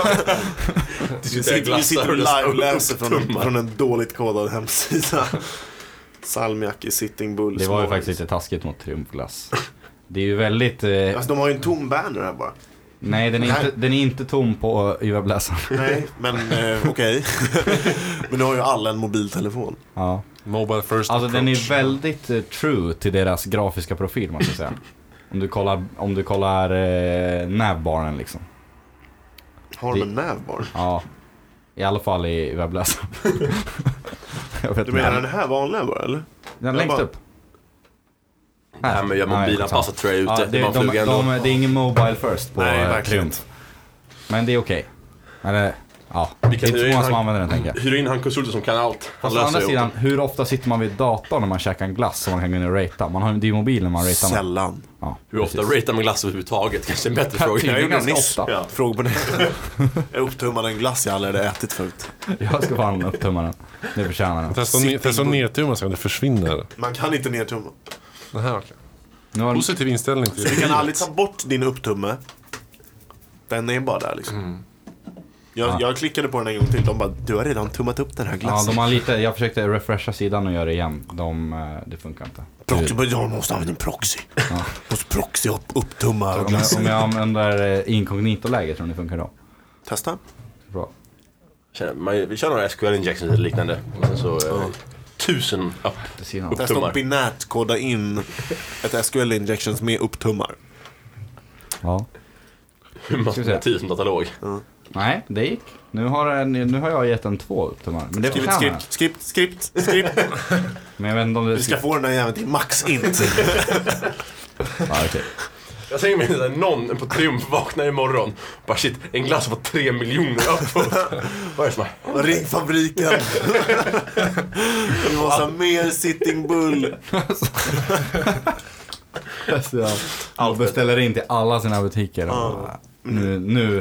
Vi glassar sitter och och det står live-läser upptummar. från en dåligt kodad hemsida. Salmiakki, Sitting Bull. Det var ju S'mores. faktiskt lite taskigt mot Triumfglass. Det är ju väldigt... Alltså de har ju en tom banner här bara. nej, den är inte tom på i webbläsaren. Nej, men okej. Men nu har ju alla en mobiltelefon. Ja. Mobile first Alltså den är approach. väldigt true till deras grafiska profil, måste jag säga. Om du kollar navbaren liksom. Har de en nävbar? Ja. I alla fall i webbläsaren. Jag vet Du menar inte. den här vanliga bara, eller? Den längst bara- upp. Det här med att göra mobilanpassat tror jag är ute. Ja, det är bara fluga ändå. det är ingen mobile first på Nej, verkligen Triumph. Men det är okej. Eller, ja. Vi Det kan är hyra inte in så många som han- använder den, tänker jag. Hyra in han konsulten som kan allt. Han Fast å andra löser sidan, det. hur ofta sitter man vid datorn när man käkar en glass som man kan gå in och ratea? Det är ju mobilen man ratear med. Sällan. Ja, Hur ofta precis. ratear man glass överhuvudtaget? Kanske en bättre fråga. Tydligen Jag gjorde ganska nyss. ofta. Ja. Fråga på det. Jag upptummade en glass jag aldrig hade ätit förut. Jag ska fan upptumma den. Det förtjänar den. Testa nedtumma så att det försvinner. Man kan inte nertumma. Det här okej. Nu har Positiv inställning till Du kan aldrig ta bort din upptumme. Den är bara där liksom. Jag klickade på den en gång till. De bara, du har redan tummat upp den här ja, glassen. de har lite, jag försökte refresha sidan och göra det igen. Det funkar inte. Proxy, jag måste använda en proxy. Måste proxy upptumma Om glassen. jag använder inkognito-läge, tror ni det funkar då? Testa. Bra. Vi kör några SQL injections eller liknande. Och sen så 1000 upp. Det ser Testa Upptummar. att binärt koda in ett SQL injections med upptummar. Ja. Hur många Ska vi se. 10 som datalog. Nej, det gick. Nu har jag gett en 2 upptummar. Men det Skriv förtjänar ett skript. Men jag vet inte om det... Du ska få den där jäveln till max int. Ja, okej. Jag tänker mig att någon på Triumph vaknar imorgon. Bara shit, en glass var 3 miljoner uppåt. Vad är det som är? Ring fabriken. Vi måste ha mer Sitting Bull. Allt beställer in till alla sina butiker. Nu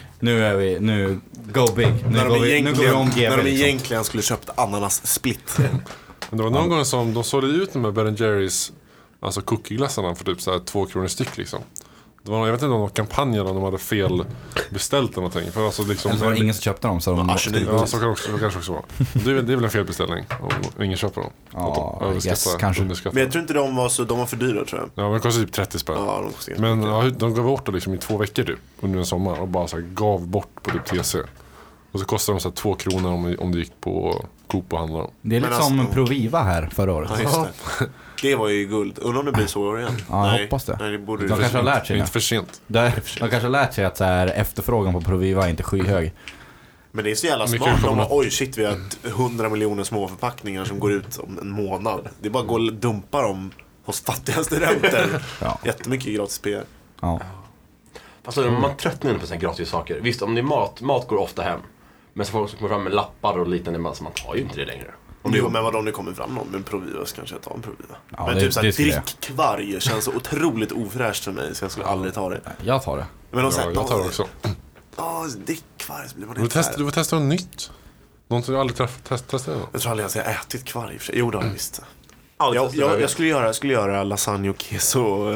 go big. Nu går vi om GB. När de liksom. egentligen skulle köpt ananas split. Men det var någon gång som de sålde ut de här Ben & Jerrys alltså cookieglassarna för typ så här 2 kronor styck liksom. Det var, jag vet inte om det var kampanjen om de hade fel beställt eller någonting. För alltså liksom, Eller så var det ingen som köpte dem så de ja, så kanske också vara. Det är väl en felbeställning om ingen köper dem. Ja, yes, kanske. Men jag tror inte de var för dyra, tror jag. Ja, men det kostar typ 30 spänn. Ja, de kostar men ja, de gav bort det liksom i 2 veckor typ under en sommar och bara så här, gav bort på typ TC. Och så kostar de så här 2 kronor om du gick på Coop och handlade dem. Det är lite som Proviva här förra året. Ja, just det. Det var ju guld. Undrar om det blir så igen. Ja, jag hoppas det. Nej, det borde de kanske har lärt sig. Inte för sent. De kanske har lärt sig att så här, efterfrågan på Proviva är inte skyhög. Men det är så jävla smart. De har, oj shit, vi har 100 miljoner små förpackningar som går ut om en månad. Det är bara att gå och dumpa dem hos fattiga studenter. Ja. Jättemycket gratis PR. Ja. Alltså, man tröttnar inte på sådana gratis saker. Visst, om det är mat går ofta hem. Men så folk som kommer fram med lappar och liknande, man tar ju inte det längre. Jo, men vadå, om det kommer fram någon med en Proviva så kanske jag tar en Proviva. Ja, men det, typ såhär, det drickkvarg känns så otroligt ofräscht för mig så jag skulle aldrig ta det. Jag tar det. Men de säger, jag tar det också. Drickkvarg så blir man Du får testa något nytt. Någonting du aldrig testat det. Jag tror aldrig jag har ätit kvarg i och för sig. Jo, det har jag visst. Jag Jag skulle göra lasagne och keso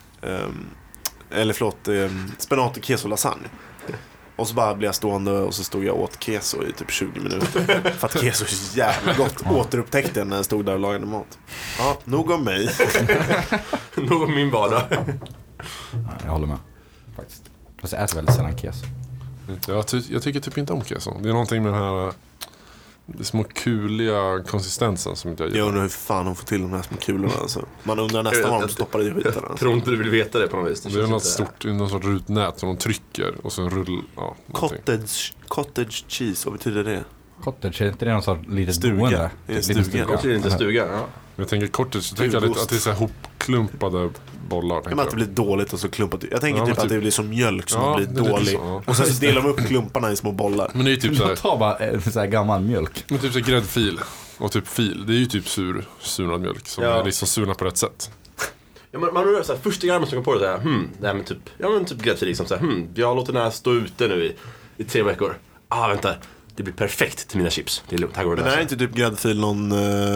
eller förlåt, spenat och keso lasagne. Och så bara blev jag stående och så stod jag åt keso i typ 20 minuter. För att keso är så jävla gott. Återupptäckte jag när jag stod där och lagade mat. Ja, nog om mig. nog om min vardag. Jag håller med. Faktiskt. Fast jag äter väldigt sällan keso. Jag tycker typ inte om keso. Det är någonting med den här det små kuliga konsistensen som inte jag gillar. Jag undrar hur fan de får till de här små kulorna alltså. Man undrar nästan vad de stoppar i skiten. Jag tror inte du vill veta det på något vis. Det är något stort, någon sorts rutnät som de trycker och så rull. Ja, cottage cheese, vad betyder det? Cottage, är inte det någon sorts litet stuga? boende? Det är stuga. Det är inte stuga, ja. Jag tänker cottage, så tänker jag lite att det är så här hopklumpade bollar. Jag att det blir dåligt och så klumpat. Jag tänker typ att det blir som mjölk som ja, blir dålig. Och sen så delar de upp klumparna i små bollar. Men det är typ så här, ta bara så här gammal mjölk. men typ så här gräddfil och typ fil. Det är ju typ surnad mjölk som är liksom surna på rätt sätt. Ja, man undrar såhär, första gången man ska på det såhär, det här med typ gräddfil liksom såhär, jag låter den här stå ute nu i 3 veckor. Vänta, det blir perfekt till mina chips. Det är lugnt, här går det. Men är inte typ gräddfil någon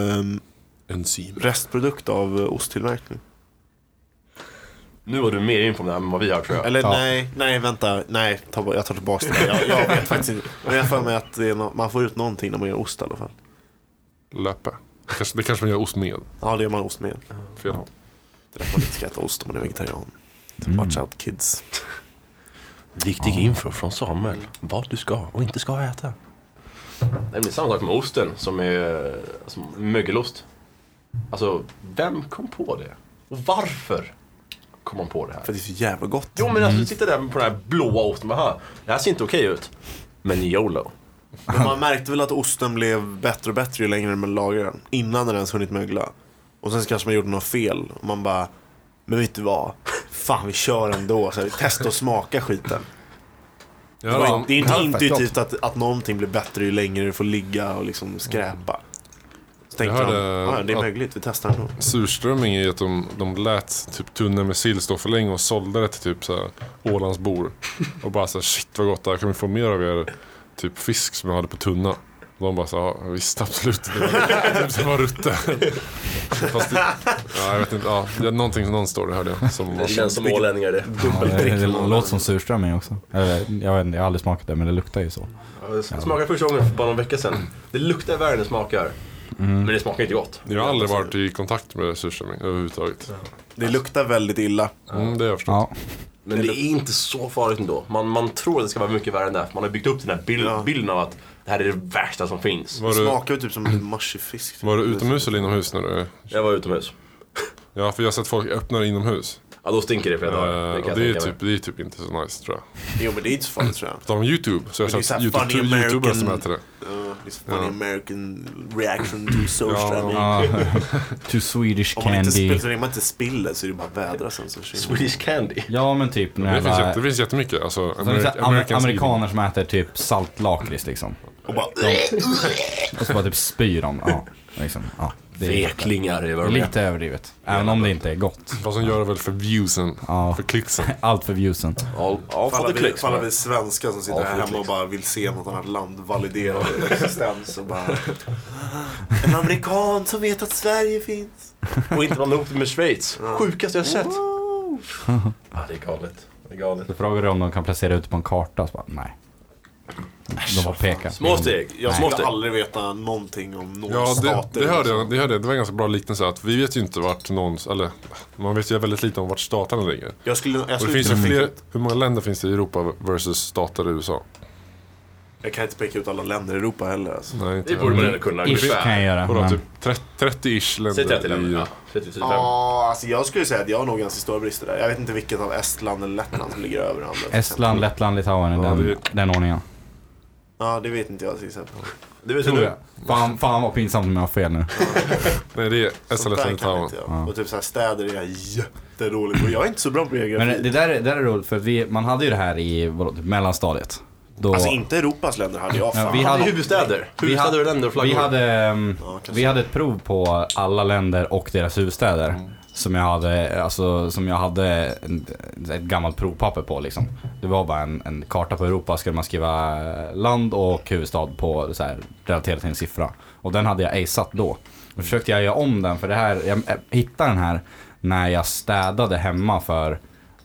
enzym restprodukt av osttillverkning? Nu var du mer info om det här än vad vi har, tror jag. Eller nej, vänta. Nej, jag tar tillbaka det. Jag vet faktiskt inte. Men jag får med att det är man får ut någonting när man gör ost i alla fall. löpe. Det kanske man gör ost med. Ja, det gör man ost med. Fel. Det är därför man inte ska äta ost om man är vegetarian. Watch out kids. Viktig info från Samuel. Vad du ska och inte ska äta. Det är samma sak med osten som är mögelost. Alltså, vem kom på det? Och varför kom man på det här? För det är så jävla gott. Jo, men alltså, du sitter där på den här blåa osten och bara, det här ser inte okej ut. Men YOLO. Men man märkte väl att osten blev bättre och bättre ju längre man lagrade den. Innan den ens hunnit mögla. Och sen kanske man gjorde något fel. Och man bara, men vet du vad? Fan, vi kör ändå. Så här, vi testar och smaka skiten. Ja, det är inte intuitivt att någonting blir bättre ju längre det får ligga och liksom skräpa. Så tänkte det är möjligt, vi testar det nog. Surströmming är att de lät typ tunna med sill stå för länge och sålde det till typ så här Ålandsbor. Och bara så här, shit vad gott, där kan vi få mer av er typ fisk som jag hade på tunna. Och de bara så ja visst absolut. Det var rutte. Fast jag vet inte, det är någon står det hörde jag. Som det känns som ålänningar det. Det låter som surströmming också. Jag har aldrig smakat det, men det luktar ju så. Jag smakade första gången för bara någon vecka sedan. Det luktar värre än det smakar. Men det smakar inte gott. Jag har aldrig varit i kontakt med surströmming överhuvudtaget. Det luktar väldigt illa. Det har jag förstått. Ja. Men det är inte så farligt ändå. Man tror att det ska vara mycket värre än det. Man har byggt upp den här bilden av att det här är det värsta som finns. Det smakar ju typ som en mushig fisk. Var du utomhus eller inomhus när du... Jag var utomhus. Ja, för jag har sett folk öppna inomhus. Ja, då stinker det flera dagar. Det är typ inte så nice, tror jag. Jo, men det är inte så farligt, tror jag. På YouTube, så jag har sett YouTubers som äter det. Funny American reaction to surströmming. To Swedish Om candy. man inte spiller så är det bara vädra sen så Swedish candy. Ja, men typ Det finns jättemycket. Alltså, amerikaner som äter typ saltlakrits liksom. och bara Och så bara typ spyr de. Ja, liksom. Ja. Veklingar är vad Det är de är. lite överdrivet. Även om det inte är gott. Vad som gör det väl för viewsen, Ja. för klicksen. Allt för viewsen. Ja, För för det klicks. alla vi svenskar som sitter Ja, här för det hemma och klicks. bara vill se något annat land validera sin existens och bara en amerikan som vet att Sverige finns. Och inte blanda ihop det med Schweiz. Sjukaste jag sett. Ja, det är galet. Det är galet. Så frågar du om de kan placera ut på en karta. Så bara, nej. De bara pekar. Små steg. Jag Små skulle steg. aldrig veta någonting om några Ja, stater. det hörde jag. Det var en ganska bra liknelse att vi vet ju inte vart eller man vet ju väldigt lite om vart staterna ligger. Jag skulle Och det finns ju inte fler, hur många länder finns det i Europa versus stater i USA? Jag kan inte peka ut alla länder i Europa heller alltså. Nej, inte Det borde man ändå kunna. Ish kan jag göra. Vadå, Men typ 30-ish länder. Säg 30 länder. i- Ja, 30-35. Ja, alltså jag skulle säga att jag har nog ganska stora brister där. Jag vet inte vilket av Estland eller Lettland som ligger över andra. Estland, Lettland, Litauen är Ja, den ordningen. Ja, det vet inte jag till exempel. Det vet Tror du. jag. Fan vad pinsamt om jag har fel nu. Nej, det är Sånt Estland, där kan Litauen. inte jag. Och typ så här städer är jag jättedålig på. Jag är inte så bra på geografi. Men det där är roligt för man hade ju det här i typ mellanstadiet. Då, Alltså inte Europas länder hade jag fan. Ja, vi Det hade- är huvudstäder. Huvudstäder och länder och flaggor. vi hade ett prov på alla länder och deras huvudstäder. Som jag hade ett gammalt provpapper på liksom. Det var bara en karta på Europa, skulle man skriva land och huvudstad på så här, relaterat till en siffra. Och den hade jag aceat då. Då försökte jag göra om den för det här, jag hittade den här när jag städade hemma för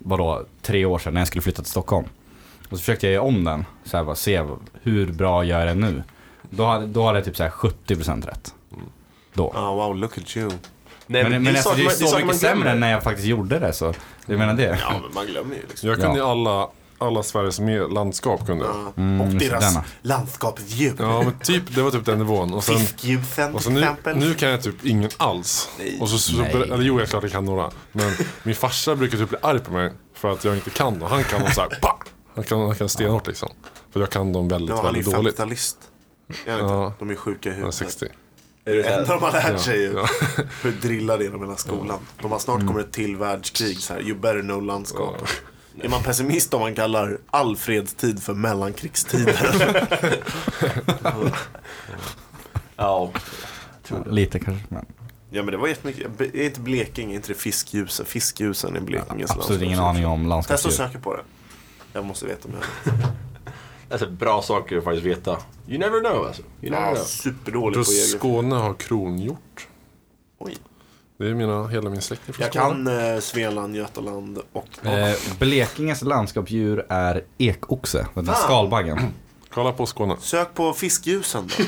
3 år sedan när jag skulle flytta till Stockholm. Och så försökte jag göra om den så här, bara se hur bra gör jag den nu. Då hade jag typ så här 70% rätt. Då. Oh, wow, look at you. Nej, Men alltså, saker det är man- så saker man mycket sämre glömmer. än när jag faktiskt gjorde det, så jag menar det. Ja, men man glömmer ju liksom. Jag kunde ju Ja. alla Sveriges landskap kunde jag. Och deras denna. landskapsdjur. Ja, men det var typ den nivån. Och sen Fiskljusen och så till nu, exempel. nu kan jag typ ingen alls. Nej. Och så Nej. eller jo, jag klart jag kan några. Men min farsa brukar typ bli arg på mig för att jag inte kan dem. Han kan dem så här, pa! Han kan stenhårt liksom. För jag kan dem väldigt, Ja, han är ju väldigt dåligt. 50-talist. Jag vet inte, Ja. de är sjuka i Han är huvudet. 60. Är det så här- Ändå de har lärt sig ju Ja. hur drillade genom hela skolan. De har snart kommer ett till världskrig så här. You better know landskap. Är man pessimist om man kallar all fredstid för mellankrigstider? Ja. Lite kanske, men Ja, men det var jättemycket. Är inte Blekinge, inte det fiskljusen? Fiskljusen i Blekinges absolut ingen aning om Testa att landskapsdjur. söka på det. Jag måste veta om jag vet. Alltså bra saker att faktiskt veta. You never know alltså. You never Ja, know. superdålig Jag på tror geografi. Skåne har kronhjort. Oj. Det är hela min släkt är från Jag Skåne. kan Svealand, Götaland och... Blekinges landskapsdjur är ekoxe, den där skalbaggen. Kolla på Skåne. Sök på fiskljusen då.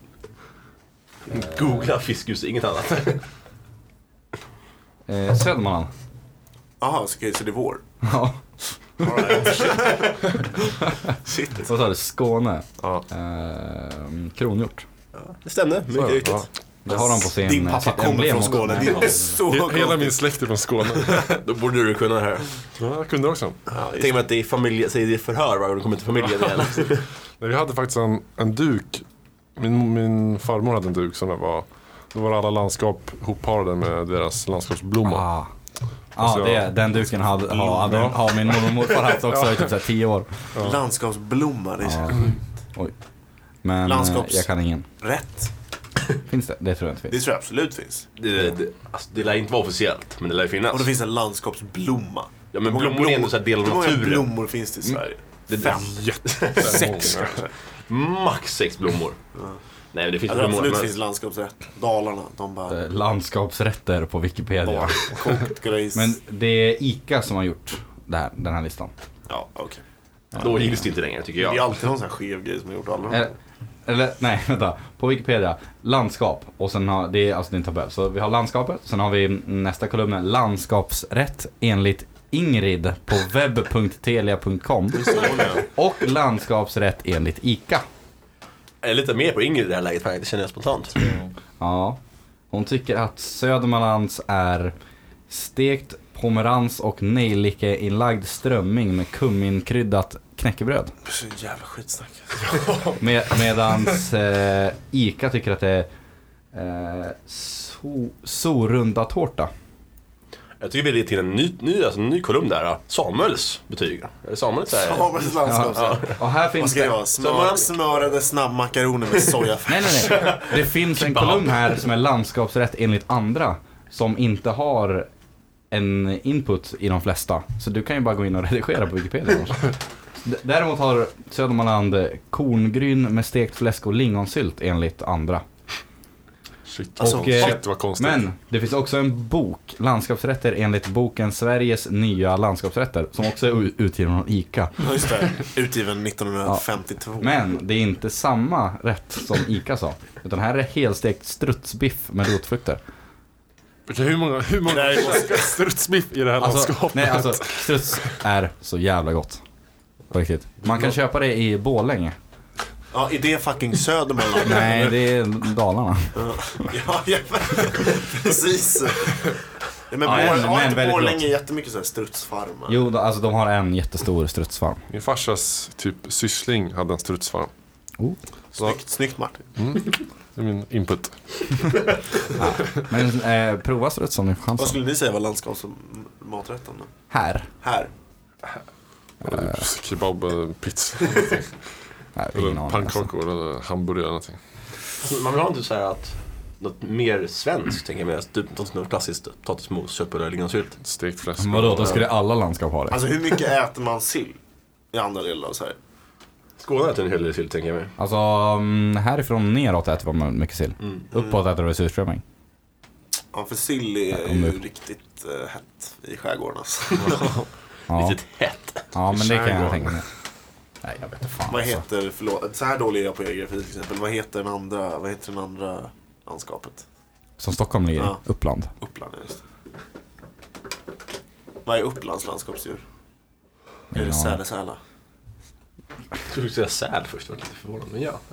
Googla fiskljus, inget annat. Södermanland. Jaha, så det är vår. Ja, All right. Shit. vad sa du? Skåne. Ja. Kronhjort. Det stämde, mycket Så, riktigt. ja. Det har de på sin Din pappa sitt kommer emblem från också. Skåne. Det är så Hela konstigt. min släkt är från Skåne. Då borde du kunna det här. Ja, jag kunde också. Ja, just Tänk mig att det är familj, säg det är förhör varje gång du kommer till familjen igen. Nej, vi hade faktiskt en duk. Min farmor hade en duk som då var alla landskap hopparade med deras landskapsblomma. Ja, Alltså, den duken har min mormor och morfar haft också i typ så här 10 år. Landskapsblomma, det är så Ja. sjukt. Oj. Men jag kan ingen. Rätt. Finns det? Det tror jag inte Det finns. tror jag absolut finns. Det lär inte vara officiellt, men det lär finnas. Och det finns en landskapsblomma. Ja, men blommor är ändå så här del av Hur många naturen. blommor finns det i Sverige? Det är 6 kanske. max 6 blommor. Nej, men det finns Jag tror blommor. absolut Men... finns landskapsrätt. Dalarna, de bara... Landskapsrätter på Wikipedia. Kokt grejs. Men det är ICA som har gjort den här listan. Ja, okej. Då gills det inte längre, tycker Det är jag. alltid någon sån här skev grej som har gjort alla de här. Eller nej, vänta. På Wikipedia, landskap. Och sen har, det är alltså en tabell. Så vi har landskapet. Sen har vi nästa kolumn, landskapsrätt enligt Ingrid på webb.telia.com. Och landskapsrätt enligt ICA. Jag är lite mer på Ingrid i det här läget faktiskt, känner jag spontant. Ja. Hon tycker att Södermanlands är stekt pomerans och nejlike-inlagd strömming med kumminkryddat knäckebröd. Det är så jävla skitsnack. Medans ICA tycker att det är sorunda tårta. Jag tycker vi är till en ny kolumn där. Samuels betyg. Är Samuels där? Samuels landskapsrätt. Och här Vad finns ska det det... vara? Smörade snabbmakaroner med sojafärg. Nej. Det finns en kolumn här som är landskapsrätt enligt andra. Som inte har en input i de flesta. Så du kan ju bara gå in och redigera på Wikipedia. Däremot har Södermanland korngryn med stekt fläsk och lingonsylt enligt andra. Shit, Och, shit vad konstigt. men det finns också en bok, landskapsrätter enligt boken Sveriges nya landskapsrätter, som också är utgiven av ICA. Ja, just det. Utgiven 1952. Men det är inte samma rätt som ICA sa, utan här är helstekt strutsbiff med rotfrukter. Okej, hur många strutsbiff i det här landskapet? Nej, alltså struts är så jävla gott. På riktigt. Man kan köpa det i Borlänge. Ja, är det fucking Södermanland? Nej, det är Dalarna. Ja, precis. Ja, men har inte Borlänge jättemycket så här strutsfarmar? Jo, alltså de har en jättestor strutsfarm. Min farsas typ syssling hade en strutsfarm. Snyggt Martin. Det är min input. Ja. Men prova struts om ni får chansen. Vad skulle ni säga var landskapsmaträtten då? Här. Kebab, pizza, Nej, eller pannkakor eller hamburgare eller någonting. Man vill ha inte så här att något mer svenskt, tänker jag mig. Typ något klassiskt potatismos, köttbullar, lingonsylt. Stekt fläsk. Vadå, då skulle alla landskap ha det. Alltså hur mycket äter man sill i andra delar av Sverige? Skåne äter en hel del sill, tänker jag mig. Alltså härifrån neråt äter man mycket sill. Uppåt äter vi surströmming. Ja, för sill är ju riktigt hett i skärgården alltså. Ja. Riktigt hett. Ja, men det kan jag tänka mig. Nej, jag vet inte fan. Vad alltså. heter, förlåt, så här dålig är jag på geografi till exempel. Vad heter den andra landskapet? Som Stockholm ligger i? Ja. Uppland. Uppland, just. Vad är Upplands landskapsdjur? Är det Ja. säla? Jag skulle säga säl först, jag var lite förvånad. Men ja,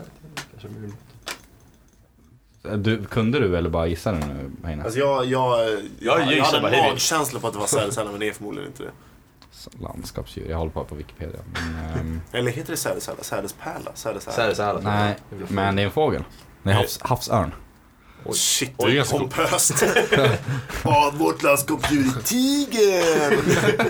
Kunde du eller bara gissa det nu, Heine? Alltså jag gissar hade bara en hej. magkänsla på att det var säla, men det är förmodligen inte det. Landskapsdjur, jag håller på Wikipedia. Men, Eller heter det sädesärla? Sädespärla? säl. nej, men det är en fågel. Det är havsörn. Shit, det är ganska pompöst. Vårt landskapsdjur är tigern.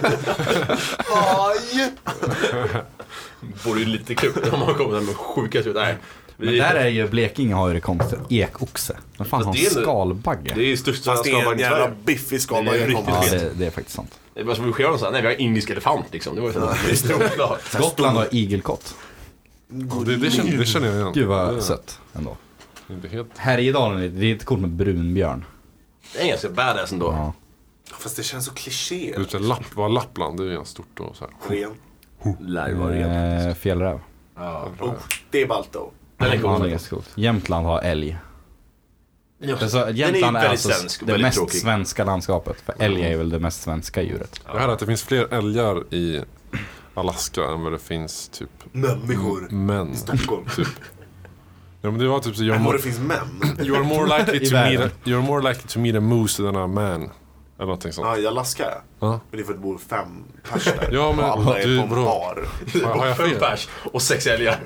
Aj. Vore ju lite kul om man kommer där med sjuka ut. Nej. Men där är ju Blekinge har ju det konstigt. Ekoxe. Men fan har en skalbagge. Det är ju största Fast det är en skalbaggen i jävla Sverige. biffig skalbagge. Den är Ja, riktigt det är faktiskt sant. Det var som vi sker någonstans. Nej, vi har indisk elefant liksom. Det var ju så klart. Skottland har igelkott. Det känner jag igen. Gud vad Det- sött ändå. det är inte helt... Härjedalen, det är ett kort med brunbjörn. Det är ganska badass ändå. Ja. Fast det känns så kliché. Det var Lappland, det är ju stort och så här. Ren. Lär ju vara rent. Fjällräv. Ja. Det är ballt då. Den är Ja, det är cool. ganska coolt. Jämtland har älg. Alltså, Den är ju Jämtland är väldigt alltså svensk och det väldigt mest tråkig. svenska landskapet. För älg är väl det mest svenska djuret. Jag hörde att det finns fler älgar i Alaska än vad det finns typ Människor. män. Stockholm. Typ. Ja, men det var typ så Men det finns män. you're more likely to meet a moose than a man. Eller någonting sånt. Ja, i Alaska. Ja. Men det är för att det bor 5 pers där. Ja, men och alla är du, på en bro. bar. Har jag 5 fel? pers och 6 älgar.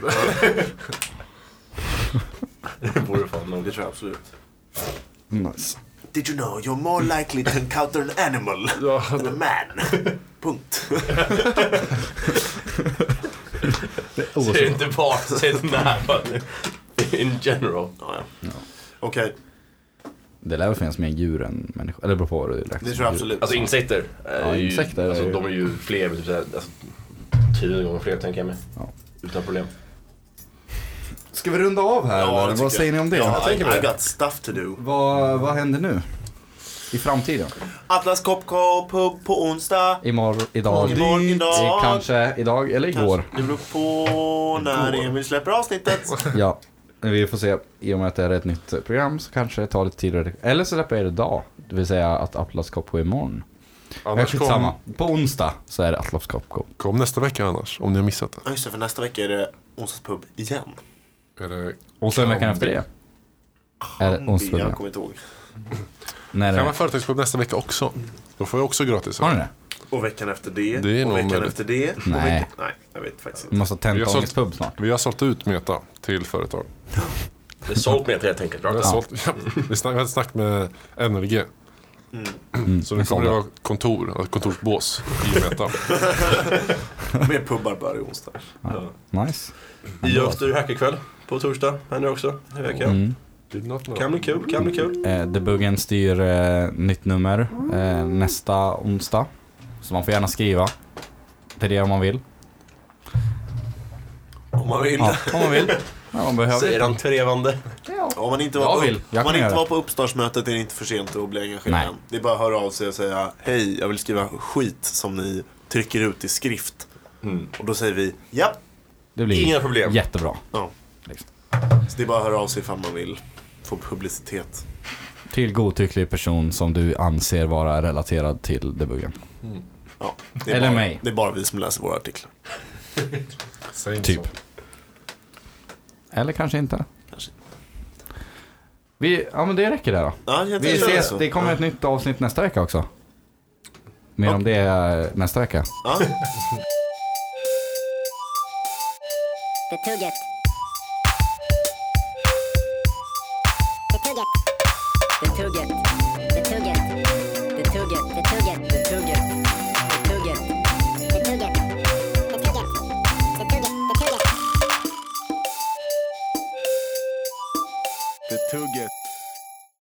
Det vore fan nog. Det tror jag absolut. Nice. Did you know you're more likely to encounter an animal than a man? Punkt. Säg inte bara, säg den här. In general. Ja. Okej, Det lär väl finnas mer djur än människor. Eller beror på vad du räknar. det tror jag absolut. Alltså insekter. Ja, insekter Alltså, är ju- de är ju fler, typ såhär, alltså, 10 gånger fler tänker jag mig. Ja. Utan problem. Ska vi runda av här? Ja, eller? det Vad tycker säger jag. ni om det? Ja, tänker mig I det. got stuff to do. Vad händer nu? I framtiden? Atlas Copco pub på onsdag. Idag. Idag. Kanske idag eller igår. Det beror på när Emil släpper avsnittet. Ja, vi får se. I och med att det är ett nytt program så kanske det tar lite tid. Eller så släpper jag det idag. Det vill säga att Atlas Copco är imorgon. Annars Samma. På onsdag så är det Atlas Copco. kom nästa vecka annars, om ni har missat det. Ja, just det, för nästa vecka är det onsdagspub igen. Är det Och sen veckan efter det är det onsdag. Jag kommer inte ihåg. När kan det man företagspub nästa vecka också? Då får jag också gratis. har ni det? Och veckan efter det. Det är och nog veckan möjligt. efter det. och Nej. Nej, jag vet faktiskt Vi inte. måste ha tentångestpub snart. Vi har sålt ut Meta till företag. Det är sålt med helt enkelt. Vi har, Rakt. sålt, vi har ett snack med NRG. Så nu kommer det vara kontorsbås i Meta. Med pubbar bara i onsdag. Nice. I Öster hackerkväll på torsdag här nu också i veckan. Did not know. Kan bli kul. Debuggen styr nytt nummer nästa onsdag. Så man får gärna skriva till det om man vill. Om man vill. Ja, om man vill. Ja, man behöver. Säger han trevande. Om man inte var på uppstartsmötet är det inte för sent att bli engagerad. Det är bara att höra av sig och säga hej, jag vill skriva skit som ni trycker ut i skrift. Och då säger vi ja. Det blir inga problem. Jättebra. Ja. Liksom. Så det är bara att höra av sig ifall man vill få publicitet. Till godtycklig person som du anser vara relaterad till debuggen. Ja, det är Eller bara, mig. Det är bara vi som läser våra artiklar. Typ. Eller kanske inte. Kanske. Ja, men det räcker där då. Ja, jag Vi tänkte ses. så. Det kommer ett nytt avsnitt nästa vecka också. Mer om det nästa vecka. Ja. Det tugget. Det tugget. Det tugget. Det tugget. Det tugget. Det tugget. Det tugget. Det tugget. Det tugget. Det tugget. Det tugget. Det tugget. Det tugget.